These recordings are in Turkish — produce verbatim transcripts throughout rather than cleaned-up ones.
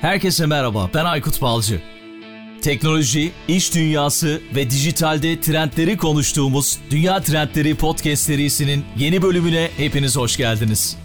Herkese merhaba, ben Aykut Balcı. Teknoloji, iş dünyası ve dijitalde trendleri konuştuğumuz Dünya Trendleri Podcast serisinin yeni bölümüne hepiniz hoş geldiniz.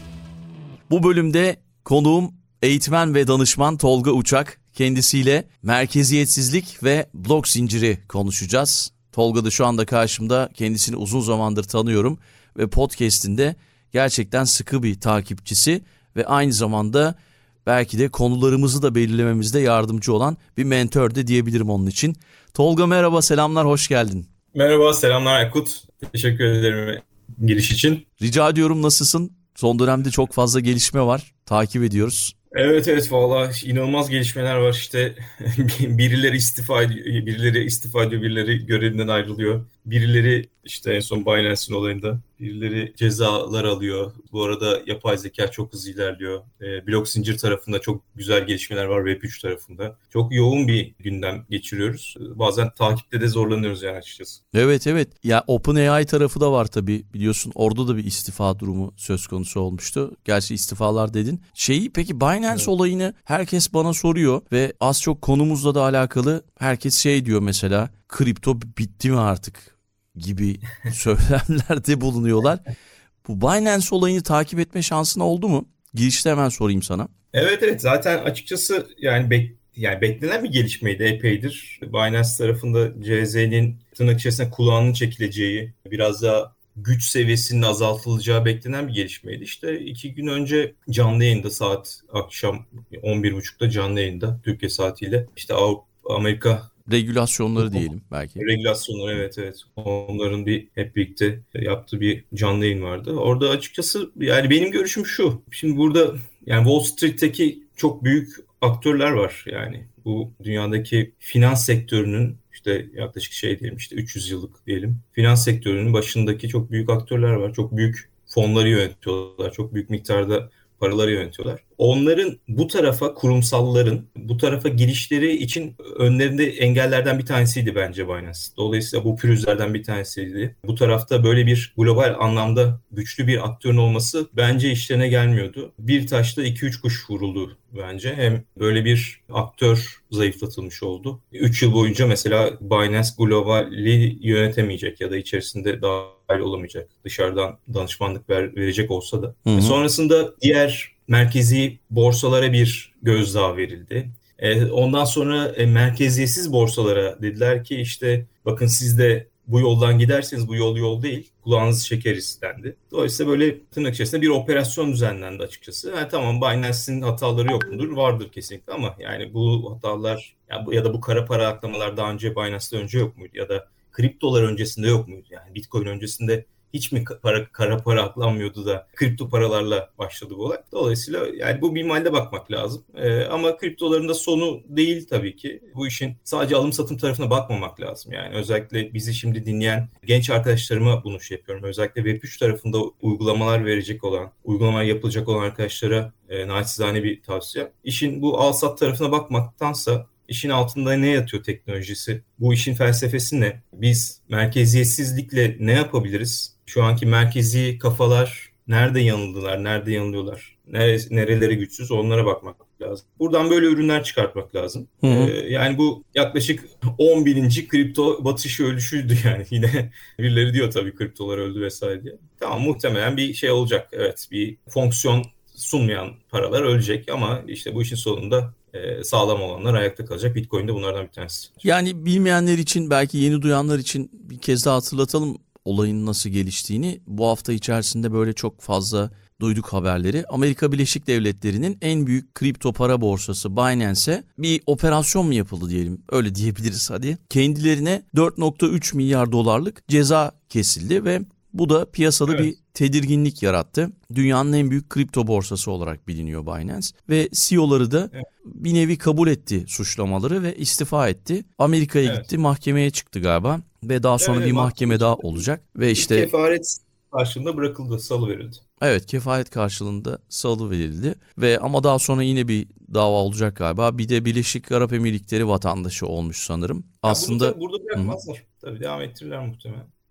Bu bölümde konuğum eğitmen ve danışman Tolga Uçak. Kendisiyle merkeziyetsizlik ve blok zinciri konuşacağız. Tolga da şu anda karşımda, kendisini uzun zamandır tanıyorum ve podcast'inde gerçekten sıkı bir takipçisi ve aynı zamanda belki de konularımızı da belirlememizde yardımcı olan bir mentör de diyebilirim onun için. Tolga merhaba, selamlar, hoş geldin. Merhaba, selamlar Aykut. Teşekkür ederim giriş için. Rica ediyorum, nasılsın? Son dönemde çok fazla gelişme var, takip ediyoruz. Evet evet valla inanılmaz gelişmeler var işte. Birileri istifa ediyor, birileri istifa ediyor, birileri görevinden ayrılıyor. Birileri işte en son Binance'in olayında birileri cezalar alıyor. Bu arada yapay zeka çok hızlı ilerliyor. E, blok zincir tarafında çok güzel gelişmeler var, Web üç tarafında. Çok yoğun bir gündem geçiriyoruz. Bazen takipte de zorlanıyoruz yani açıkçası. Evet evet. Ya OpenAI tarafı da var tabii, biliyorsun. Orada da bir istifa durumu söz konusu olmuştu. Gerçi istifalar dedin. Şeyi peki Binance evet. olayını herkes bana soruyor ve az çok konumuzla da alakalı herkes şey diyor mesela, kripto bitti mi artık gibi söylemlerde bulunuyorlar. Bu Binance olayını takip etme şansın oldu mu? Girişte hemen sorayım sana. Evet evet zaten açıkçası yani bek yani beklenen bir gelişmeydi epeydir. Binance tarafında C Z'nin tırnak içerisinde kulağının çekileceği, biraz daha güç seviyesinin azaltılacağı beklenen bir gelişmeydi. İşte iki gün önce canlı yayında saat akşam on bir buçukta canlı yayında Türkiye saatiyle işte Avrupa, Amerika regülasyonları diyelim belki. Regülasyonları evet evet. Onların bir hep birlikte yaptığı bir canlı yayın vardı. Orada açıkçası yani benim görüşüm şu. Şimdi burada yani Wall Street'teki çok büyük aktörler var yani. Bu dünyadaki finans sektörünün işte yaklaşık şey diyelim işte üç yüz yıllık diyelim. Finans sektörünün başındaki çok büyük aktörler var. Çok büyük fonları yönetiyorlar. Çok büyük miktarda paraları yönetiyorlar. Onların bu tarafa, kurumsalların bu tarafa girişleri için önlerinde engellerden bir tanesiydi bence Binance. Dolayısıyla bu pürüzlerden bir tanesiydi. Bu tarafta böyle bir global anlamda güçlü bir aktörün olması bence işlerine gelmiyordu. Bir taşla iki üç kuş vuruldu bence. Hem böyle bir aktör zayıflatılmış oldu. üç yıl boyunca mesela Binance globali yönetemeyecek ya da içerisinde dahil olamayacak. Dışarıdan danışmanlık ver, verecek olsa da. Hı hı. Sonrasında diğer merkezi borsalara bir gözdağı verildi. Ondan sonra merkeziyetsiz borsalara dediler ki işte bakın siz de bu yoldan giderseniz bu yol yol değil, kulağınızı çekeriz dendi. Dolayısıyla böyle tırnak içerisinde bir operasyon düzenlendi açıkçası. Yani tamam Binance'in hataları yok mudur? Vardır kesinlikle ama yani bu hatalar ya, bu, ya da bu kara para aklamalar daha önce Binance'da önce yok muydu? Ya da kriptolar öncesinde yok muydu? Yani Bitcoin öncesinde hiç mi para, kara para aklanmıyordu da kripto paralarla başladı bu olay. Dolayısıyla yani bu minvalde bakmak lazım. Ee, ama kriptoların da sonu değil tabii ki. Bu işin sadece alım satım tarafına bakmamak lazım. Yani özellikle bizi şimdi dinleyen genç arkadaşlarıma bunu şey yapıyorum. Özellikle Web üç tarafında uygulamalar verecek olan, uygulamalar yapılacak olan arkadaşlara e, naçizane bir tavsiye. İşin bu al sat tarafına bakmaktansa İşin altında ne yatıyor teknolojisi? Bu işin felsefesi ne? Biz merkeziyetsizlikle ne yapabiliriz? Şu anki merkezi kafalar nerede yanıldılar, nerede yanılıyorlar? Nere, nereleri güçsüz onlara bakmak lazım. Buradan böyle ürünler çıkartmak lazım. Hı hı. Ee, yani bu yaklaşık on bininci kripto batışı ölüşüydü yani. Yine birileri diyor tabii kriptolar öldü vesaire diye. Tamam muhtemelen bir şey olacak. Evet bir fonksiyon sunmayan paralar ölecek ama işte bu işin sonunda sağlam olanlar ayakta kalacak. Bitcoin de bunlardan bir tanesi. Yani bilmeyenler için, belki yeni duyanlar için bir kez daha hatırlatalım olayın nasıl geliştiğini. Bu hafta içerisinde böyle çok fazla duyduk haberleri. Amerika Birleşik Devletleri'nin en büyük kripto para borsası Binance'e bir operasyon mu yapıldı diyelim. Öyle diyebiliriz hadi. Kendilerine dört nokta üç milyar dolarlık ceza kesildi ve bu da piyasada evet. bir tedirginlik yarattı. Dünyanın en büyük kripto borsası olarak biliniyor Binance ve C E O'ları da evet. bir nevi kabul etti suçlamaları ve istifa etti. Amerika'ya evet. gitti, mahkemeye çıktı galiba ve daha sonra evet, bir mahkeme evet. daha olacak ve işte kefaret karşılığında bırakıldı, salı verildi. Evet, kefaret karşılığında salı verildi ve ama daha sonra yine bir dava olacak galiba. Bir de Birleşik Arap Emirlikleri vatandaşı olmuş sanırım. Ya Aslında burada, burada bırakmazlar. Hı. Tabii devam ettirirler muhtemelen.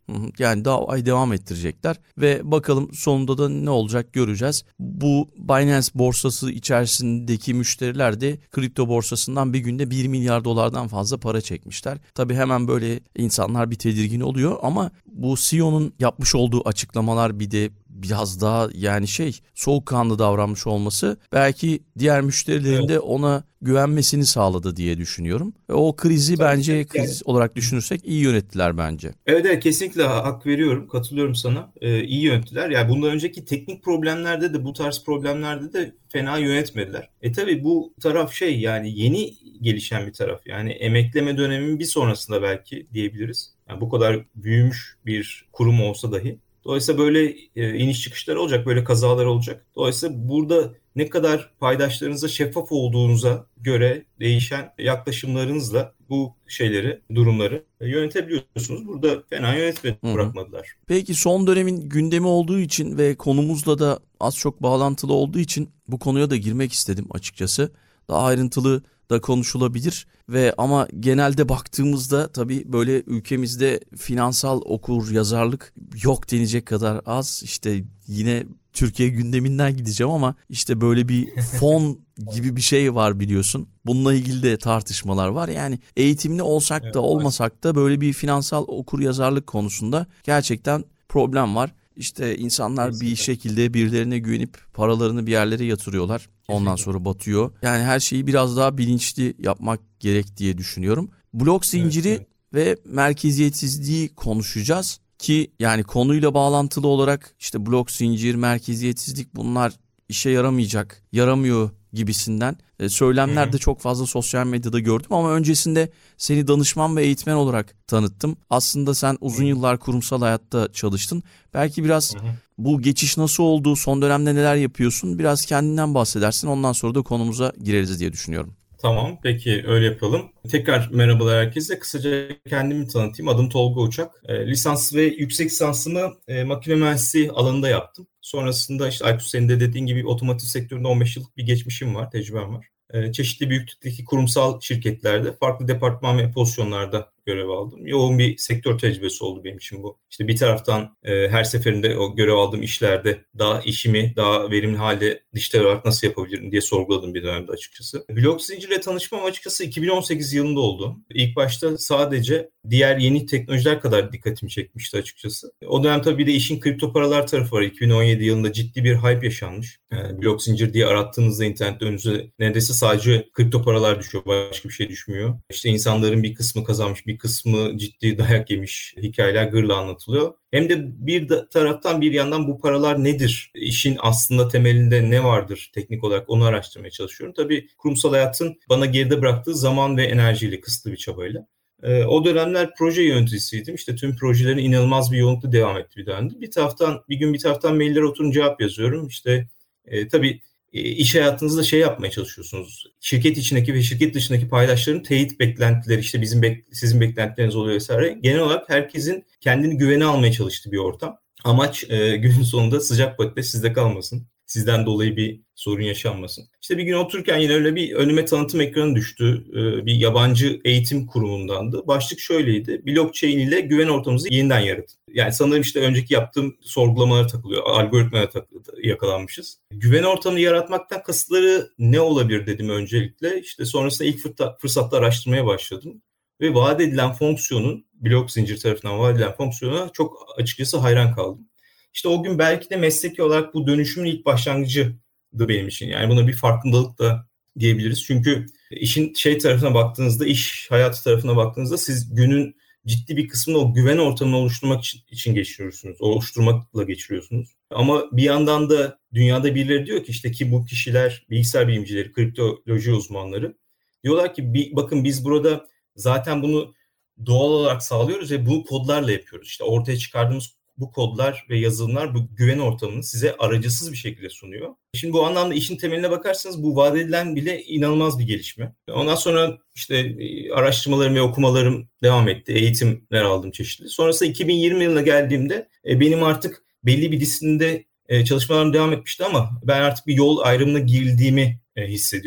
Yani daha ay devam ettirecekler ve bakalım sonunda da ne olacak göreceğiz. Bu Binance borsası içerisindeki müşteriler de kripto borsasından bir günde bir milyar dolardan fazla para çekmişler. Tabii hemen böyle insanlar bir tedirgin oluyor ama bu C E O'nun yapmış olduğu açıklamalar bir de biraz daha yani şey soğukkanlı davranmış olması belki diğer müşterilerin evet. de ona güvenmesini sağladı diye düşünüyorum. Ve o krizi Tabii bence yani. kriz olarak düşünürsek iyi yönettiler bence. Evet, evet kesinlikle hak veriyorum. Katılıyorum sana. Ee, iyi yönettiler. Yani bundan önceki teknik problemlerde de bu tarz problemlerde de fena yönetmediler. E tabii bu taraf şey yani yeni gelişen bir taraf. Yani emekleme döneminin bir sonrasında belki diyebiliriz. Yani bu kadar büyümüş bir kurum olsa dahi. Dolayısıyla böyle e, iniş çıkışlar olacak, böyle kazalar olacak. Dolayısıyla burada ne kadar paydaşlarınıza şeffaf olduğunuza göre değişen yaklaşımlarınızla bu şeyleri, durumları yönetebiliyorsunuz. Burada fena yönetmedi, bırakmadılar. Peki son dönemin gündemi olduğu için ve konumuzla da az çok bağlantılı olduğu için bu konuya da girmek istedim açıkçası. Daha ayrıntılı da konuşulabilir ve ama genelde baktığımızda tabii böyle ülkemizde finansal okur yazarlık yok denecek kadar az. İşte yine Türkiye gündeminden gideceğim ama işte böyle bir fon gibi bir şey var biliyorsun. Bununla ilgili de tartışmalar var. Yani eğitimli olsak da olmasak da böyle bir finansal okur yazarlık konusunda gerçekten problem var. İşte insanlar bir şekilde birilerine güvenip paralarını bir yerlere yatırıyorlar. Ondan sonra batıyor. Yani her şeyi biraz daha bilinçli yapmak gerek diye düşünüyorum. Blok zinciri evet, evet. ve merkeziyetsizliği konuşacağız. Ki yani konuyla bağlantılı olarak işte blok zincir, merkeziyetsizlik bunlar işe yaramayacak, yaramıyor gibisinden söylemler de çok fazla sosyal medyada gördüm ama öncesinde seni danışman ve eğitmen olarak tanıttım. Aslında sen uzun yıllar kurumsal hayatta çalıştın. Belki biraz bu geçiş nasıl oldu, son dönemde neler yapıyorsun? Biraz kendinden bahsedersin. Ondan sonra da konumuza gireriz diye düşünüyorum. Tamam, peki öyle yapalım. Tekrar merhabalar herkese. Kısaca kendimi tanıtayım. Adım Tolga Uçak. E, lisans ve yüksek lisansımı e, makine mühendisliği alanında yaptım. Sonrasında işte Aykut senin de dediğin gibi otomotiv sektöründe on beş yıllık bir geçmişim var, tecrübem var. E, çeşitli büyüklükteki kurumsal şirketlerde farklı departman ve pozisyonlarda görev aldım. Yoğun bir sektör tecrübesi oldu benim için bu. İşte bir taraftan e, her seferinde o görev aldığım işlerde daha işimi daha verimli halde dijital olarak nasıl yapabilirim diye sorguladım bir dönemde açıkçası. Blok zincirle tanışmam açıkçası iki bin on sekiz yılında oldu. İlk başta sadece diğer yeni teknolojiler kadar dikkatimi çekmişti açıkçası. O dönem tabii bir de işin kripto paralar tarafı var. iki bin on yedi yılında ciddi bir hype yaşanmış. Yani blok zincir diye arattığınızda internette önünüze neredeyse sadece kripto paralar düşüyor. Başka bir şey düşmüyor. İşte insanların bir kısmı kazanmış, bir kısmı ciddi dayak yemiş hikayeler gırla anlatılıyor. Hem de bir taraftan bir yandan bu paralar nedir? İşin aslında temelinde ne vardır teknik olarak onu araştırmaya çalışıyorum. Tabii kurumsal hayatın bana geride bıraktığı zaman ve enerjiyle, kısıtlı bir çabayla. Ee, o dönemler proje yöneticisiydim. İşte tüm projelerin inanılmaz bir yoğunlukla devam ettiği bir dönemdi. Bir taraftan bir gün bir taraftan maillere oturup cevap yazıyorum. İşte e, tabii e, iş hayatınızda şey yapmaya çalışıyorsunuz. Şirket içindeki ve şirket dışındaki paydaşların teyit beklentileri, işte bizim bek- sizin beklentileriniz oluyor vesaire. Genel olarak herkesin kendini güvene almaya çalıştığı bir ortam. Amaç e, günün sonunda sıcak patates sizde kalmasın. Sizden dolayı bir sorun yaşanmasın. İşte bir gün otururken yine öyle bir önüme tanıtım ekranı düştü. Ee, bir yabancı eğitim kurumundandı. Başlık şöyleydi. Blockchain ile güven ortamımızı yeniden yaratın. Yani sanırım işte önceki yaptığım sorgulamalara takılıyor. Algoritmaya takılıyor, yakalanmışız. Güven ortamını yaratmaktan kasıtları ne olabilir dedim öncelikle. İşte sonrasında ilk fırsatta araştırmaya başladım. Ve vaat edilen fonksiyonun, blok zincir tarafından vaat edilen fonksiyona çok açıkçası hayran kaldım. İşte o gün belki de mesleki olarak bu dönüşümün ilk başlangıcıydı benim için. Yani buna bir farkındalık da diyebiliriz. Çünkü işin şey tarafına baktığınızda, iş hayatı tarafına baktığınızda siz günün ciddi bir kısmını o güven ortamını oluşturmak için, için geçiriyorsunuz. Oluşturmakla geçiriyorsunuz. Ama bir yandan da dünyada birileri diyor ki işte ki bu kişiler bilgisayar bilimcileri, kriptoloji uzmanları diyorlar ki bir, bakın biz burada zaten bunu doğal olarak sağlıyoruz ve bu kodlarla yapıyoruz. İşte ortaya çıkardığımız bu kodlar ve yazılımlar bu güven ortamını size aracısız bir şekilde sunuyor. Şimdi bu anlamda işin temeline bakarsanız bu vaat edilen bile inanılmaz bir gelişme. Ondan sonra işte araştırmalarım ve okumalarım devam etti. Eğitimler aldım çeşitli. Sonrasında iki bin yirmi yılına geldiğimde benim artık belli bir disiplinde çalışmalarım devam etmişti ama ben artık bir yol ayrımına girdiğimi hissediyordum.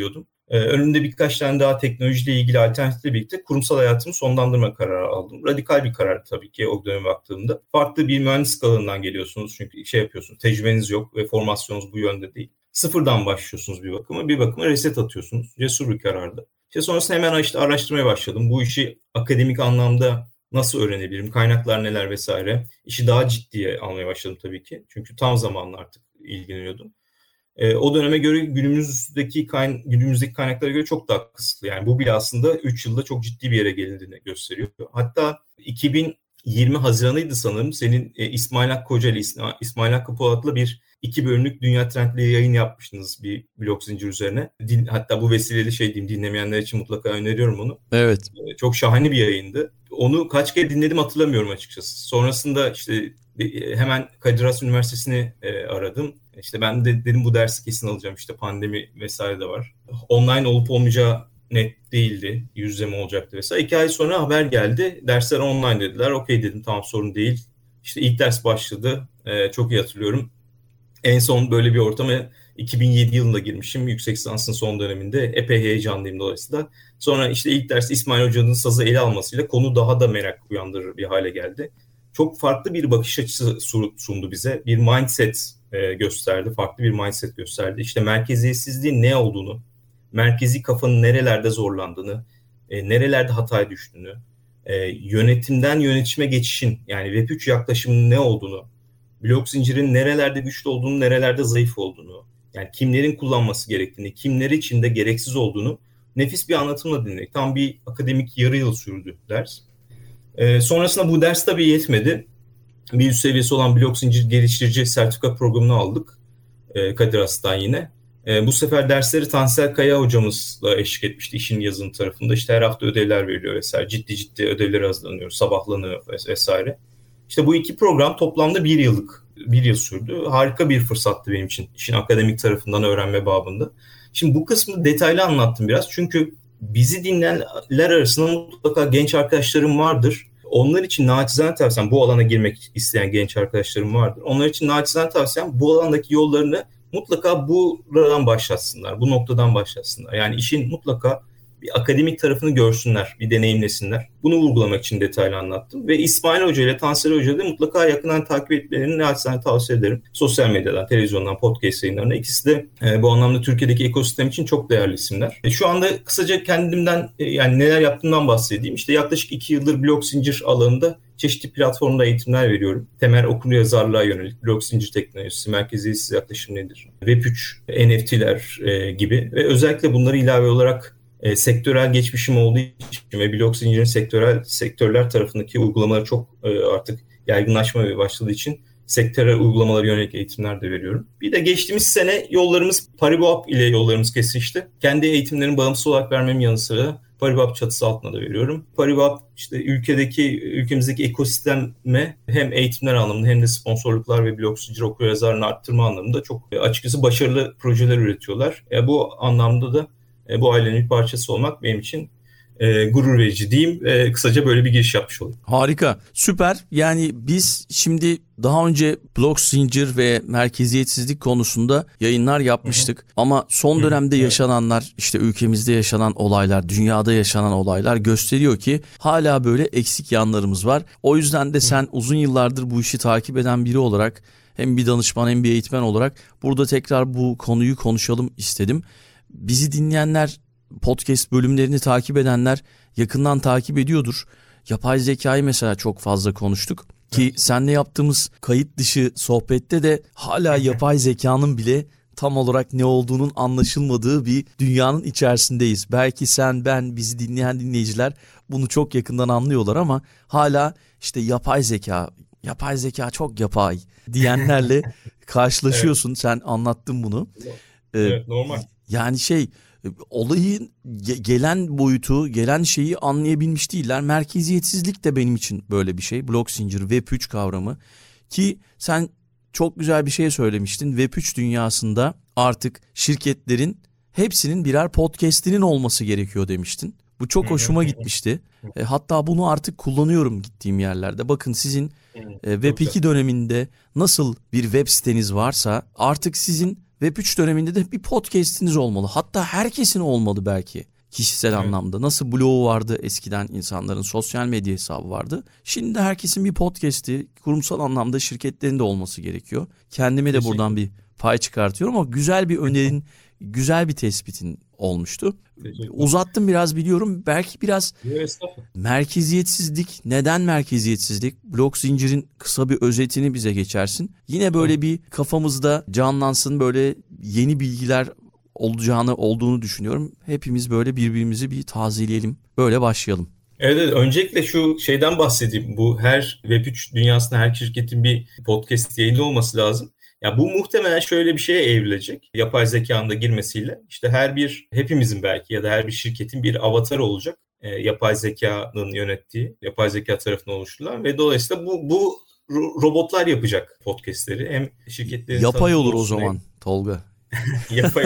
Ee, önümde birkaç tane daha teknolojiyle ilgili alternatifle birlikte kurumsal hayatımı sonlandırma kararı aldım. Radikal bir karar tabii ki o döneme baktığımda. Farklı bir mühendislik alanından geliyorsunuz çünkü şey yapıyorsunuz, tecrübeniz yok ve formasyonunuz bu yönde değil. Sıfırdan başlıyorsunuz bir bakıma, bir bakıma reset atıyorsunuz. Cesur bir karardı. İşte sonrasında hemen işte araştırmaya başladım. Bu işi akademik anlamda nasıl öğrenebilirim, kaynaklar neler vesaire. İşi daha ciddiye almaya başladım tabii ki. Çünkü tam zamanlı artık ilgileniyordum. E, o döneme göre günümüzdeki kayn günümüzdeki kaynaklara göre çok daha kısıtlı. Yani bu bile aslında üç yılda çok ciddi bir yere gelindiğini gösteriyor. Hatta iki bin yirmi Haziran'ıydı sanırım. Senin e, İsmail Hakkı Hoca ile İsmail Hakkı Polat'la bir iki bölümlük Dünya Trendleri yayın yapmıştınız bir blog zincir üzerine. Din, hatta bu vesileyle şey diyeyim, dinlemeyenler için mutlaka öneriyorum onu. Evet. E, çok şahane bir yayındı. Onu kaç kere dinledim hatırlamıyorum açıkçası. Sonrasında işte e, hemen Kadir Has Üniversitesi'ni e, aradım. İşte ben de dedim bu dersi kesin alacağım. İşte pandemi vesaire de var. Online olup olmayacağı net değildi. Yüz yüze mi olacaktı vesaire. İki ay sonra haber geldi. Dersler online dediler. Okey dedim, tamam sorun değil. İşte ilk ders başladı. Ee, çok iyi hatırlıyorum. En son böyle bir ortama iki bin yedi yılında girmişim. Yüksek lisansın son döneminde. Epey heyecanlıyım dolayısıyla. Sonra işte ilk ders İsmail Hoca'nın sazı ele almasıyla konu daha da merak uyandırır bir hale geldi. Çok farklı bir bakış açısı sundu bize. Bir mindset gösterdi. Farklı bir mindset gösterdi. İşte merkeziyetsizliğin ne olduğunu, merkezi kafanın nerelerde zorlandığını, e, nerelerde hataya düştüğünü, e, yönetimden yönetişime geçişin yani Web üç yaklaşımının ne olduğunu, blok zincirin nerelerde güçlü olduğunu, nerelerde zayıf olduğunu, yani kimlerin kullanması gerektiğini, kimleri için de gereksiz olduğunu nefis bir anlatımla dinledik. Tam bir akademik yarı yıl sürdü ders. E, sonrasında bu ders tabii yetmedi. Bir üst seviyesi olan blok zincir geliştirici sertifika programını aldık. E, Kadir Has'tan yine. E, bu sefer dersleri Tansel Kaya hocamızla eşlik etmişti işin yazılım tarafında. İşte her hafta ödevler veriliyor vesaire. Ciddi ciddi ödevleri hazırlanıyor, sabahlanıyor vesaire. İşte bu iki program toplamda bir yıllık, bir yıl sürdü. Harika bir fırsattı benim için işin akademik tarafından öğrenme babında. Şimdi bu kısmı detaylı anlattım biraz. Çünkü bizi dinleyenler arasında mutlaka genç arkadaşlarım vardır. Onlar için naçizane tavsiyem, bu alana girmek isteyen genç arkadaşlarım vardır. Onlar için naçizane tavsiyem bu alandaki yollarını mutlaka buradan başlatsınlar, bu noktadan başlatsınlar. Yani işin mutlaka bir akademik tarafını görsünler, bir deneyimlesinler. Bunu vurgulamak için detaylı anlattım. Ve İsmail Hoca ile Tansel Hoca da mutlaka yakından takip etmelerini naçizane tavsiye ederim. Sosyal medyadan, televizyondan, podcast yayınlarına. İkisi de e, bu anlamda Türkiye'deki ekosistem için çok değerli isimler. E, şu anda kısaca kendimden e, yani neler yaptığımdan bahsedeyim. İşte yaklaşık iki yıldır blok zincir alanında çeşitli platformda eğitimler veriyorum. Temel okuryazarlığa yönelik blok zincir teknolojisi, merkeziyetsiz yaklaşım nedir? Web üç, N F T'ler e, gibi ve özellikle bunları ilave olarak E, sektörel geçmişim olduğu için ve blok zincirin sektörel sektörler tarafındaki uygulamaları çok e, artık yaygınlaşmaya başladığı için sektörel uygulamalara yönelik eğitimler de veriyorum. Bir de geçtiğimiz sene yollarımız Paribu App ile yollarımız kesişti. Kendi eğitimlerimi bağımsız olarak vermemin yanı sıra Paribu App çatısı altında da veriyorum. Paribu App işte ülkedeki, ülkemizdeki ekosisteme hem eğitimler anlamında hem de sponsorluklar ve blok zincir okuryazarlığını arttırma anlamında çok e, açıkçası başarılı projeler üretiyorlar. E, bu anlamda da bu ailenin bir parçası olmak benim için e, gurur verici diyeyim. E, kısaca böyle bir giriş yapmış olayım. Harika, süper. Yani biz şimdi daha önce blok zincir ve merkeziyetsizlik konusunda yayınlar yapmıştık. Hı hı. Ama son dönemde hı hı. yaşananlar, işte ülkemizde yaşanan olaylar, dünyada yaşanan olaylar gösteriyor ki hala böyle eksik yanlarımız var. O yüzden de sen hı. uzun yıllardır bu işi takip eden biri olarak hem bir danışman hem bir eğitmen olarak burada tekrar bu konuyu konuşalım istedim. Bizi dinleyenler, podcast bölümlerini takip edenler yakından takip ediyordur. Yapay zekayı mesela çok fazla konuştuk. Ki evet. Seninle yaptığımız kayıt dışı sohbette de hala yapay zekanın bile tam olarak ne olduğunun anlaşılmadığı bir dünyanın içerisindeyiz. Belki sen, ben, bizi dinleyen dinleyiciler bunu çok yakından anlıyorlar ama hala işte yapay zeka, yapay zeka çok yapay diyenlerle karşılaşıyorsun. Evet. Sen anlattın bunu. Evet, normal. Yani şey, olayın gelen boyutu, gelen şeyi anlayabilmiş değiller. Merkeziyetsizlik de benim için böyle bir şey. Blok zincir, Web üç kavramı. Ki sen çok güzel bir şey söylemiştin. Web üç dünyasında artık şirketlerin hepsinin birer podcast'inin olması gerekiyor demiştin. Bu çok hoşuma gitmişti. E, hatta bunu artık kullanıyorum gittiğim yerlerde. Bakın sizin e, Web iki döneminde nasıl bir web siteniz varsa artık sizin Web üç döneminde de bir podcast'iniz olmalı. Hatta herkesin olmalı belki. Kişisel evet. anlamda. Nasıl blogu vardı eskiden, insanların sosyal medya hesabı vardı. Şimdi de herkesin bir podcast'i, kurumsal anlamda şirketlerin de olması gerekiyor. Kendime de buradan bir pay çıkartıyorum ama güzel bir önerin, güzel bir tespitin olmuştu. Uzattım biraz biliyorum. Belki biraz merkeziyetsizlik. Neden merkeziyetsizlik? Blok zincirin kısa bir özetini bize geçersin. Yine böyle bir kafamızda canlansın, böyle yeni bilgiler olacağını olduğunu düşünüyorum. Hepimiz böyle birbirimizi bir tazeleyelim. Böyle başlayalım. Evet, evet, öncelikle şu şeyden bahsedeyim. Bu her Web üç dünyasında her şirketin bir podcast yayını olması lazım. Ya bu muhtemelen şöyle bir şeye evrilecek. Yapay zekanın da girmesiyle. İşte her bir, hepimizin belki ya da her bir şirketin bir avatarı olacak. E, yapay zekanın yönettiği, yapay zeka tarafından oluşturulan ve dolayısıyla bu bu robotlar yapacak podcastleri. Hem şirketlerin yapay olur o zaman hem... Tolga. yapay.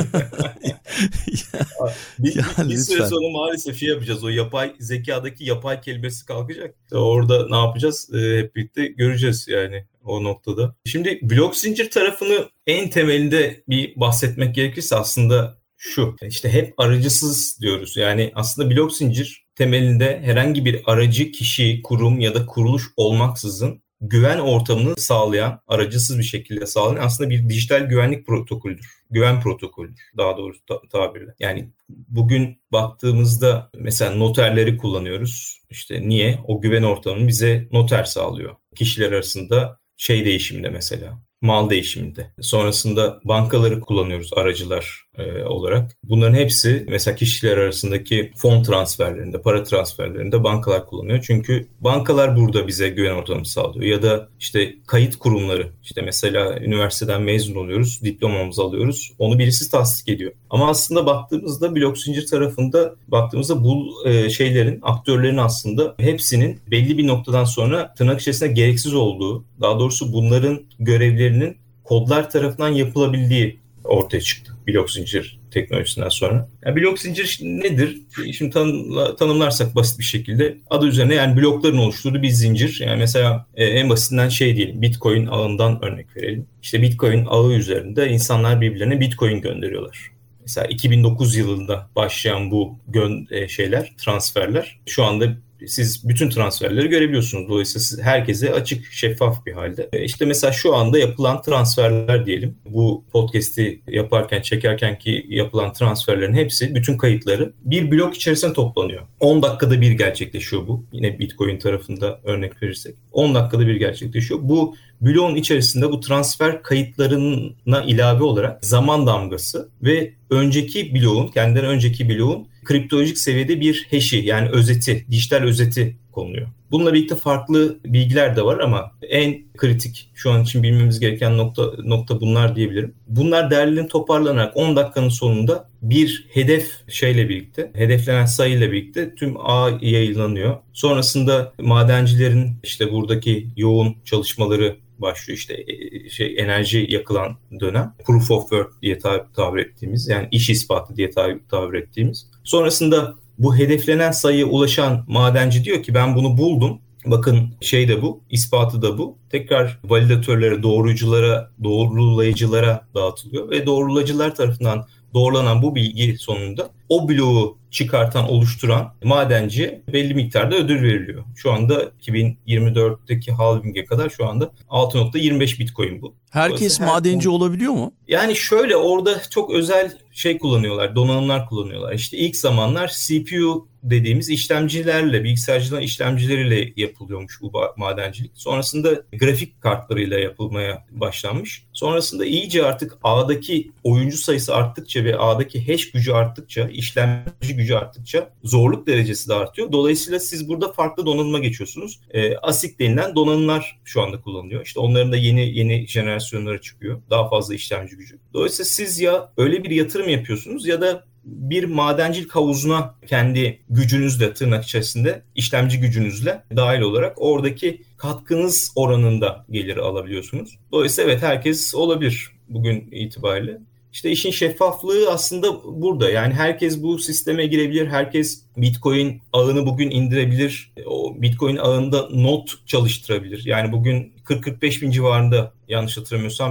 bir, ya, bir, bir süre sonra maalesef şey yapacağız. O yapay zekadaki yapay kelimesi kalkacak. Orada ne yapacağız? Ee, hep birlikte göreceğiz yani o noktada. Şimdi blok zincir tarafını en temelinde bir bahsetmek gerekirse aslında şu. İşte hep aracısız diyoruz. Yani aslında blok zincir temelinde herhangi bir aracı, kişi, kurum ya da kuruluş olmaksızın güven ortamını sağlayan, aracısız bir şekilde sağlayan aslında bir dijital güvenlik protokolüdür. Güven protokolüdür daha doğrusu ta- tabirle. Yani bugün baktığımızda mesela noterleri kullanıyoruz. İşte niye? O güven ortamını bize noter sağlıyor. Kişiler arasında şey değişiminde mesela, mal değişiminde. Sonrasında bankaları kullanıyoruz aracılar e, olarak. Bunların hepsi mesela kişiler arasındaki fon transferlerinde, para transferlerinde bankalar kullanıyor. Çünkü bankalar burada bize güven ortamını sağlıyor. Ya da işte kayıt kurumları. İşte mesela üniversiteden mezun oluyoruz, diplomamızı alıyoruz. Onu birisi tasdik ediyor. Ama aslında baktığımızda blok zincir tarafında baktığımızda bu e, şeylerin, aktörlerin aslında hepsinin belli bir noktadan sonra tırnak içerisinde gereksiz olduğu, daha doğrusu bunların görevlerinin kodlar tarafından yapılabildiği ortaya çıktı blok zincir teknolojisinden sonra. Yani blok zincir nedir? Şimdi tanımla, tanımlarsak basit bir şekilde adı üzerine yani blokların oluşturduğu bir zincir. Yani mesela e, en basitinden şey diyelim, Bitcoin ağından örnek verelim. İşte Bitcoin ağı üzerinde insanlar birbirlerine Bitcoin gönderiyorlar. Mesela iki bin dokuz yılında başlayan bu gö- şeyler, transferler şu anda siz bütün transferleri görebiliyorsunuz. Dolayısıyla siz herkese açık, şeffaf bir halde. İşte mesela şu anda yapılan transferler diyelim. Bu podcast'i yaparken, çekerken ki yapılan transferlerin hepsi, bütün kayıtları bir blok içerisinde toplanıyor. on dakikada bir gerçekleşiyor bu. Yine Bitcoin tarafında örnek verirsek. on dakikada bir gerçekleşiyor. Bu bloğun içerisinde bu transfer kayıtlarına ilave olarak zaman damgası ve önceki bloğun, kendinden önceki bloğun kriptolojik seviyede bir hash'i yani özeti, dijital özeti konuluyor. Bununla birlikte farklı bilgiler de var ama en kritik şu an için bilmemiz gereken nokta nokta bunlar diyebilirim. Bunlar değerlenip toparlanarak on dakikanın sonunda bir hedef şeyle birlikte, hedeflenen sayıyla birlikte tüm ağ yayınlanıyor. Sonrasında madencilerin işte buradaki yoğun çalışmaları başlıyor, işte şey enerji yakılan dönem. Proof of work diye tab- tabir ettiğimiz, yani iş ispatı diye tab- tabir ettiğimiz. Sonrasında bu hedeflenen sayıya ulaşan madenci diyor ki ben bunu buldum. Bakın şey de bu, ispatı da bu. Tekrar validatörlere, doğruculara, doğrulayıcılara dağıtılıyor ve doğrulayıcılar tarafından doğrulanan bu bilgi sonunda o bloğu çıkartan, oluşturan madenciye belli miktarda ödül veriliyor. Şu anda iki bin yirmi dörtteki halving'e kadar şu anda altı nokta yirmi beş Bitcoin bu. Herkes her madenci konu... olabiliyor mu? Yani şöyle, orada çok özel şey kullanıyorlar, donanımlar kullanıyorlar. İşte ilk zamanlar C P U dediğimiz işlemcilerle, bilgisayarcıların işlemcileriyle yapılıyormuş bu madencilik. Sonrasında grafik kartlarıyla yapılmaya başlanmış. Sonrasında iyice artık ağdaki oyuncu sayısı arttıkça ve ağdaki hash gücü arttıkça, işlemci gücü arttıkça zorluk derecesi de artıyor. Dolayısıyla siz burada farklı donanıma geçiyorsunuz. E, ASIC denilen donanımlar şu anda kullanılıyor. İşte onların da yeni yeni jenerasyonları çıkıyor. Daha fazla işlemci gücü. Dolayısıyla siz ya öyle bir yatırım yapıyorsunuz ya da bir madencilik havuzuna kendi gücünüzle, tırnak içerisinde işlemci gücünüzle dahil olarak oradaki katkınız oranında gelir alabiliyorsunuz. Dolayısıyla evet, herkes olabilir bugün itibariyle. İşte işin şeffaflığı aslında burada. Yani herkes bu sisteme girebilir. Herkes Bitcoin ağını bugün indirebilir. O Bitcoin ağında not çalıştırabilir. Yani bugün kırk kırk beş bin civarında, yanlış hatırlamıyorsam,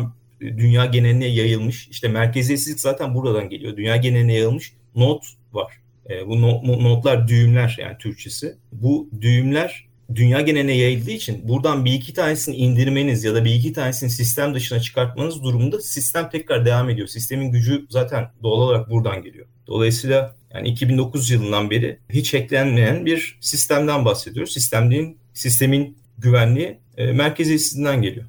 dünya geneline yayılmış. İşte merkeziyetsizlik zaten buradan geliyor. Dünya geneline yayılmış node var. E, bu no, nodlar düğümler yani Türkçesi. Bu düğümler dünya geneline yayıldığı için buradan bir iki tanesini indirmeniz ya da bir iki tanesini sistem dışına çıkartmanız durumunda sistem tekrar devam ediyor. Sistemin gücü zaten doğal olarak buradan geliyor. Dolayısıyla yani iki bin dokuz yılından beri hiç hacklenmeyen bir sistemden bahsediyoruz. Sistemin, sistemin güvenliği e, merkeziyetsizliğinden geliyor.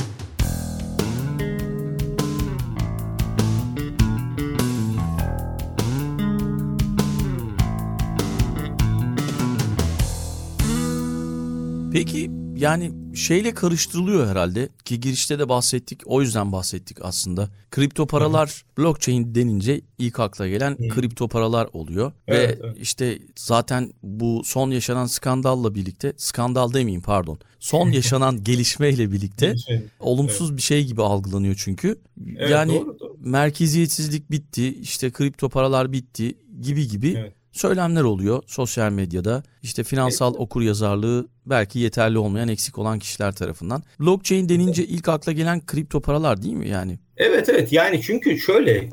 Peki yani şeyle karıştırılıyor herhalde ki girişte de bahsettik, o yüzden bahsettik aslında. Kripto paralar, blockchain denince ilk akla gelen Hı. kripto paralar oluyor. Evet, Ve evet. işte zaten bu son yaşanan skandalla birlikte, skandal demeyeyim pardon, son yaşanan gelişmeyle birlikte olumsuz evet. bir şey gibi algılanıyor çünkü. Evet, yani doğru, doğru. merkeziyetsizlik bitti, işte kripto paralar bitti gibi gibi. Evet. Söylemler oluyor sosyal medyada. İşte finansal evet. okuryazarlığı belki yeterli olmayan, eksik olan kişiler tarafından. Blockchain denince ilk akla gelen kripto paralar değil mi yani? Evet evet yani çünkü şöyle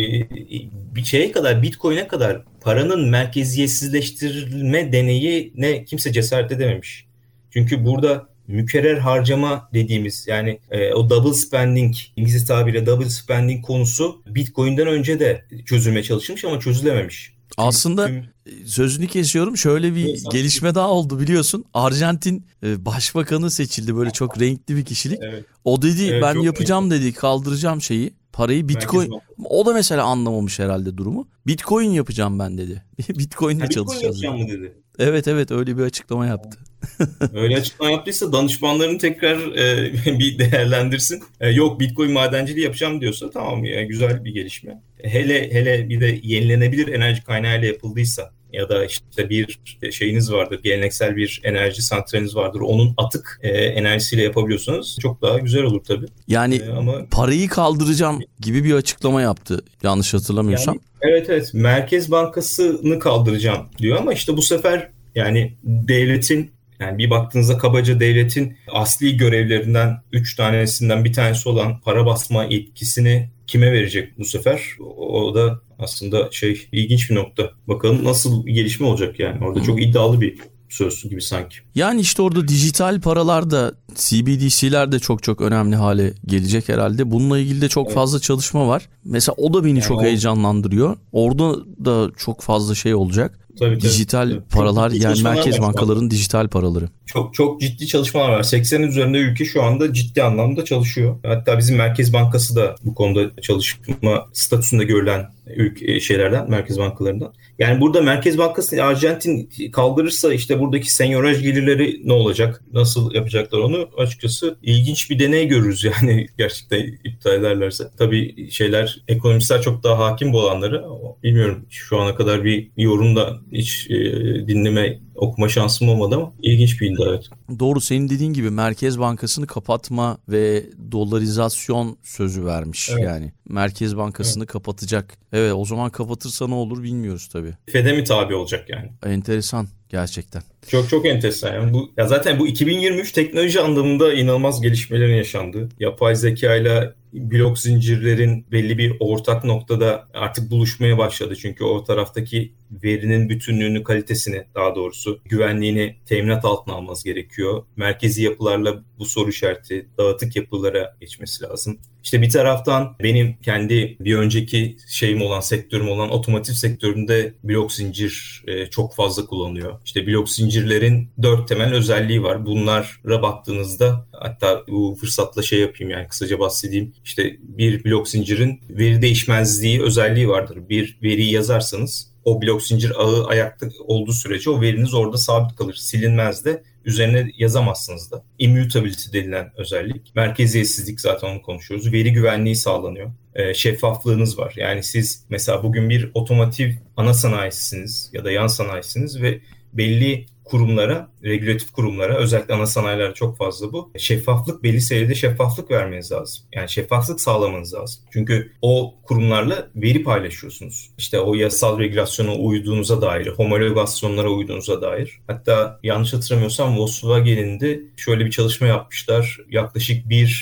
bir şeye kadar, Bitcoin'e kadar paranın merkeziyetsizleştirilme deneyine kimse cesaret edememiş. Çünkü burada mükerrer harcama dediğimiz yani e, o double spending, İngilizce tabiriyle double spending konusu Bitcoin'den önce de çözülmeye çalışılmış ama çözülememiş. Aslında sözünü kesiyorum, şöyle bir evet, gelişme daha oldu biliyorsun. Arjantin başbakanı seçildi, böyle çok renkli bir kişilik. Evet. O dedi evet, ben yapacağım renkli. dedi, kaldıracağım şeyi, parayı Bitcoin. O da mesela anlamamış herhalde durumu. Bitcoin yapacağım ben dedi. Bitcoin'le ha, çalışacağız. Bitcoin yapacağım mı dedi? Evet evet öyle bir açıklama yaptı. Öyle açıklama yaptıysa danışmanlarını tekrar e, bir değerlendirsin. E, yok Bitcoin madenciliği yapacağım diyorsa tamam ya, güzel bir gelişme. Hele hele bir de yenilenebilir enerji kaynağıyla yapıldıysa ya da işte bir şeyiniz vardır, geleneksel bir enerji santraliniz vardır. Onun atık e, enerjisiyle yapabiliyorsanız çok daha güzel olur tabii. Yani e, ama parayı kaldıracağım gibi bir açıklama yaptı yanlış hatırlamıyorsam. Yani, evet evet Merkez Bankası'nı kaldıracağım diyor ama işte bu sefer yani devletin, yani bir baktığınızda kabaca devletin asli görevlerinden üç tanesinden bir tanesi olan para basma etkisini kime verecek bu sefer? O da aslında şey ilginç bir nokta. Bakalım nasıl bir gelişme olacak yani. Orada çok iddialı bir söz gibi sanki. Yani işte orada dijital paralar da, C B D C'ler de çok çok önemli hale gelecek herhalde. Bununla ilgili de çok evet. fazla çalışma var. Mesela o da beni yani çok o... heyecanlandırıyor. Orada da çok fazla şey olacak. Tabii, dijital tabii. paralar çok yani merkez bankaların dijital paraları. Çok çok ciddi çalışmalar var. seksenin üzerinde ülke şu anda ciddi anlamda çalışıyor. Hatta bizim Merkez Bankası da bu konuda çalışma statüsünde görülen ülke şeylerden, merkez bankalarından. Yani burada Merkez Bankası Arjantin kaldırırsa işte buradaki senyoraj gelirleri ne olacak? Nasıl yapacaklar onu? Açıkçası ilginç bir deney görürüz yani gerçekten iptal ederlerse. Tabii şeyler, ekonomistler çok daha hakim olanları bilmiyorum. Şu ana kadar bir yorum da hiç e, dinleme, okuma şansım olmadı ama ilginç bir iddia evet. Doğru, senin dediğin gibi Merkez Bankası'nı kapatma ve dolarizasyon sözü vermiş evet. yani. Merkez Bankası'nı evet. kapatacak. Evet, o zaman kapatırsa ne olur bilmiyoruz tabii. Fed'e mi tabi olacak yani? Enteresan gerçekten. Çok çok enteresan. Yani bu ya zaten bu iki bin yirmi üç teknoloji anlamında inanılmaz gelişmelerin yaşandığı. Yapay zeka ile blok zincirlerin belli bir ortak noktada artık buluşmaya başladı. Çünkü o taraftaki verinin bütünlüğünü, kalitesini, daha doğrusu güvenliğini teminat altına alması gerekiyor. Merkezi yapılarla bu soru işareti dağıtık yapılara geçmesi lazım. İşte bir taraftan benim kendi bir önceki şeyim olan, sektörüm olan otomotiv sektöründe blok zincir e, çok fazla kullanılıyor. İşte blok zincirlerin dört temel özelliği var. Bunlara baktığınızda, hatta bu fırsatla şey yapayım yani kısaca bahsedeyim. İşte bir blok zincirin veri değişmezliği özelliği vardır. Bir veriyi yazarsanız o blok zincir ağı ayakta olduğu sürece o veriniz orada sabit kalır. Silinmez de, üzerine yazamazsınız da. Immutability denilen özellik. Merkeziyetsizlik, zaten onu konuşuyoruz. Veri güvenliği sağlanıyor. E, şeffaflığınız var. Yani siz mesela bugün bir otomotiv ana sanayisiniz ya da yan sanayisiniz ve belli kurumlara, regülatif kurumlara, özellikle ana sanayilerde çok fazla bu. Şeffaflık, belli seviyede şeffaflık vermeniz lazım. Yani şeffaflık sağlamanız lazım. Çünkü o kurumlarla veri paylaşıyorsunuz. İşte o yasal regülasyona uyduğunuza dair, homologasyonlara uyduğunuza dair. Hatta yanlış hatırlamıyorsam Volkswagen'in de şöyle bir çalışma yapmışlar. Yaklaşık bir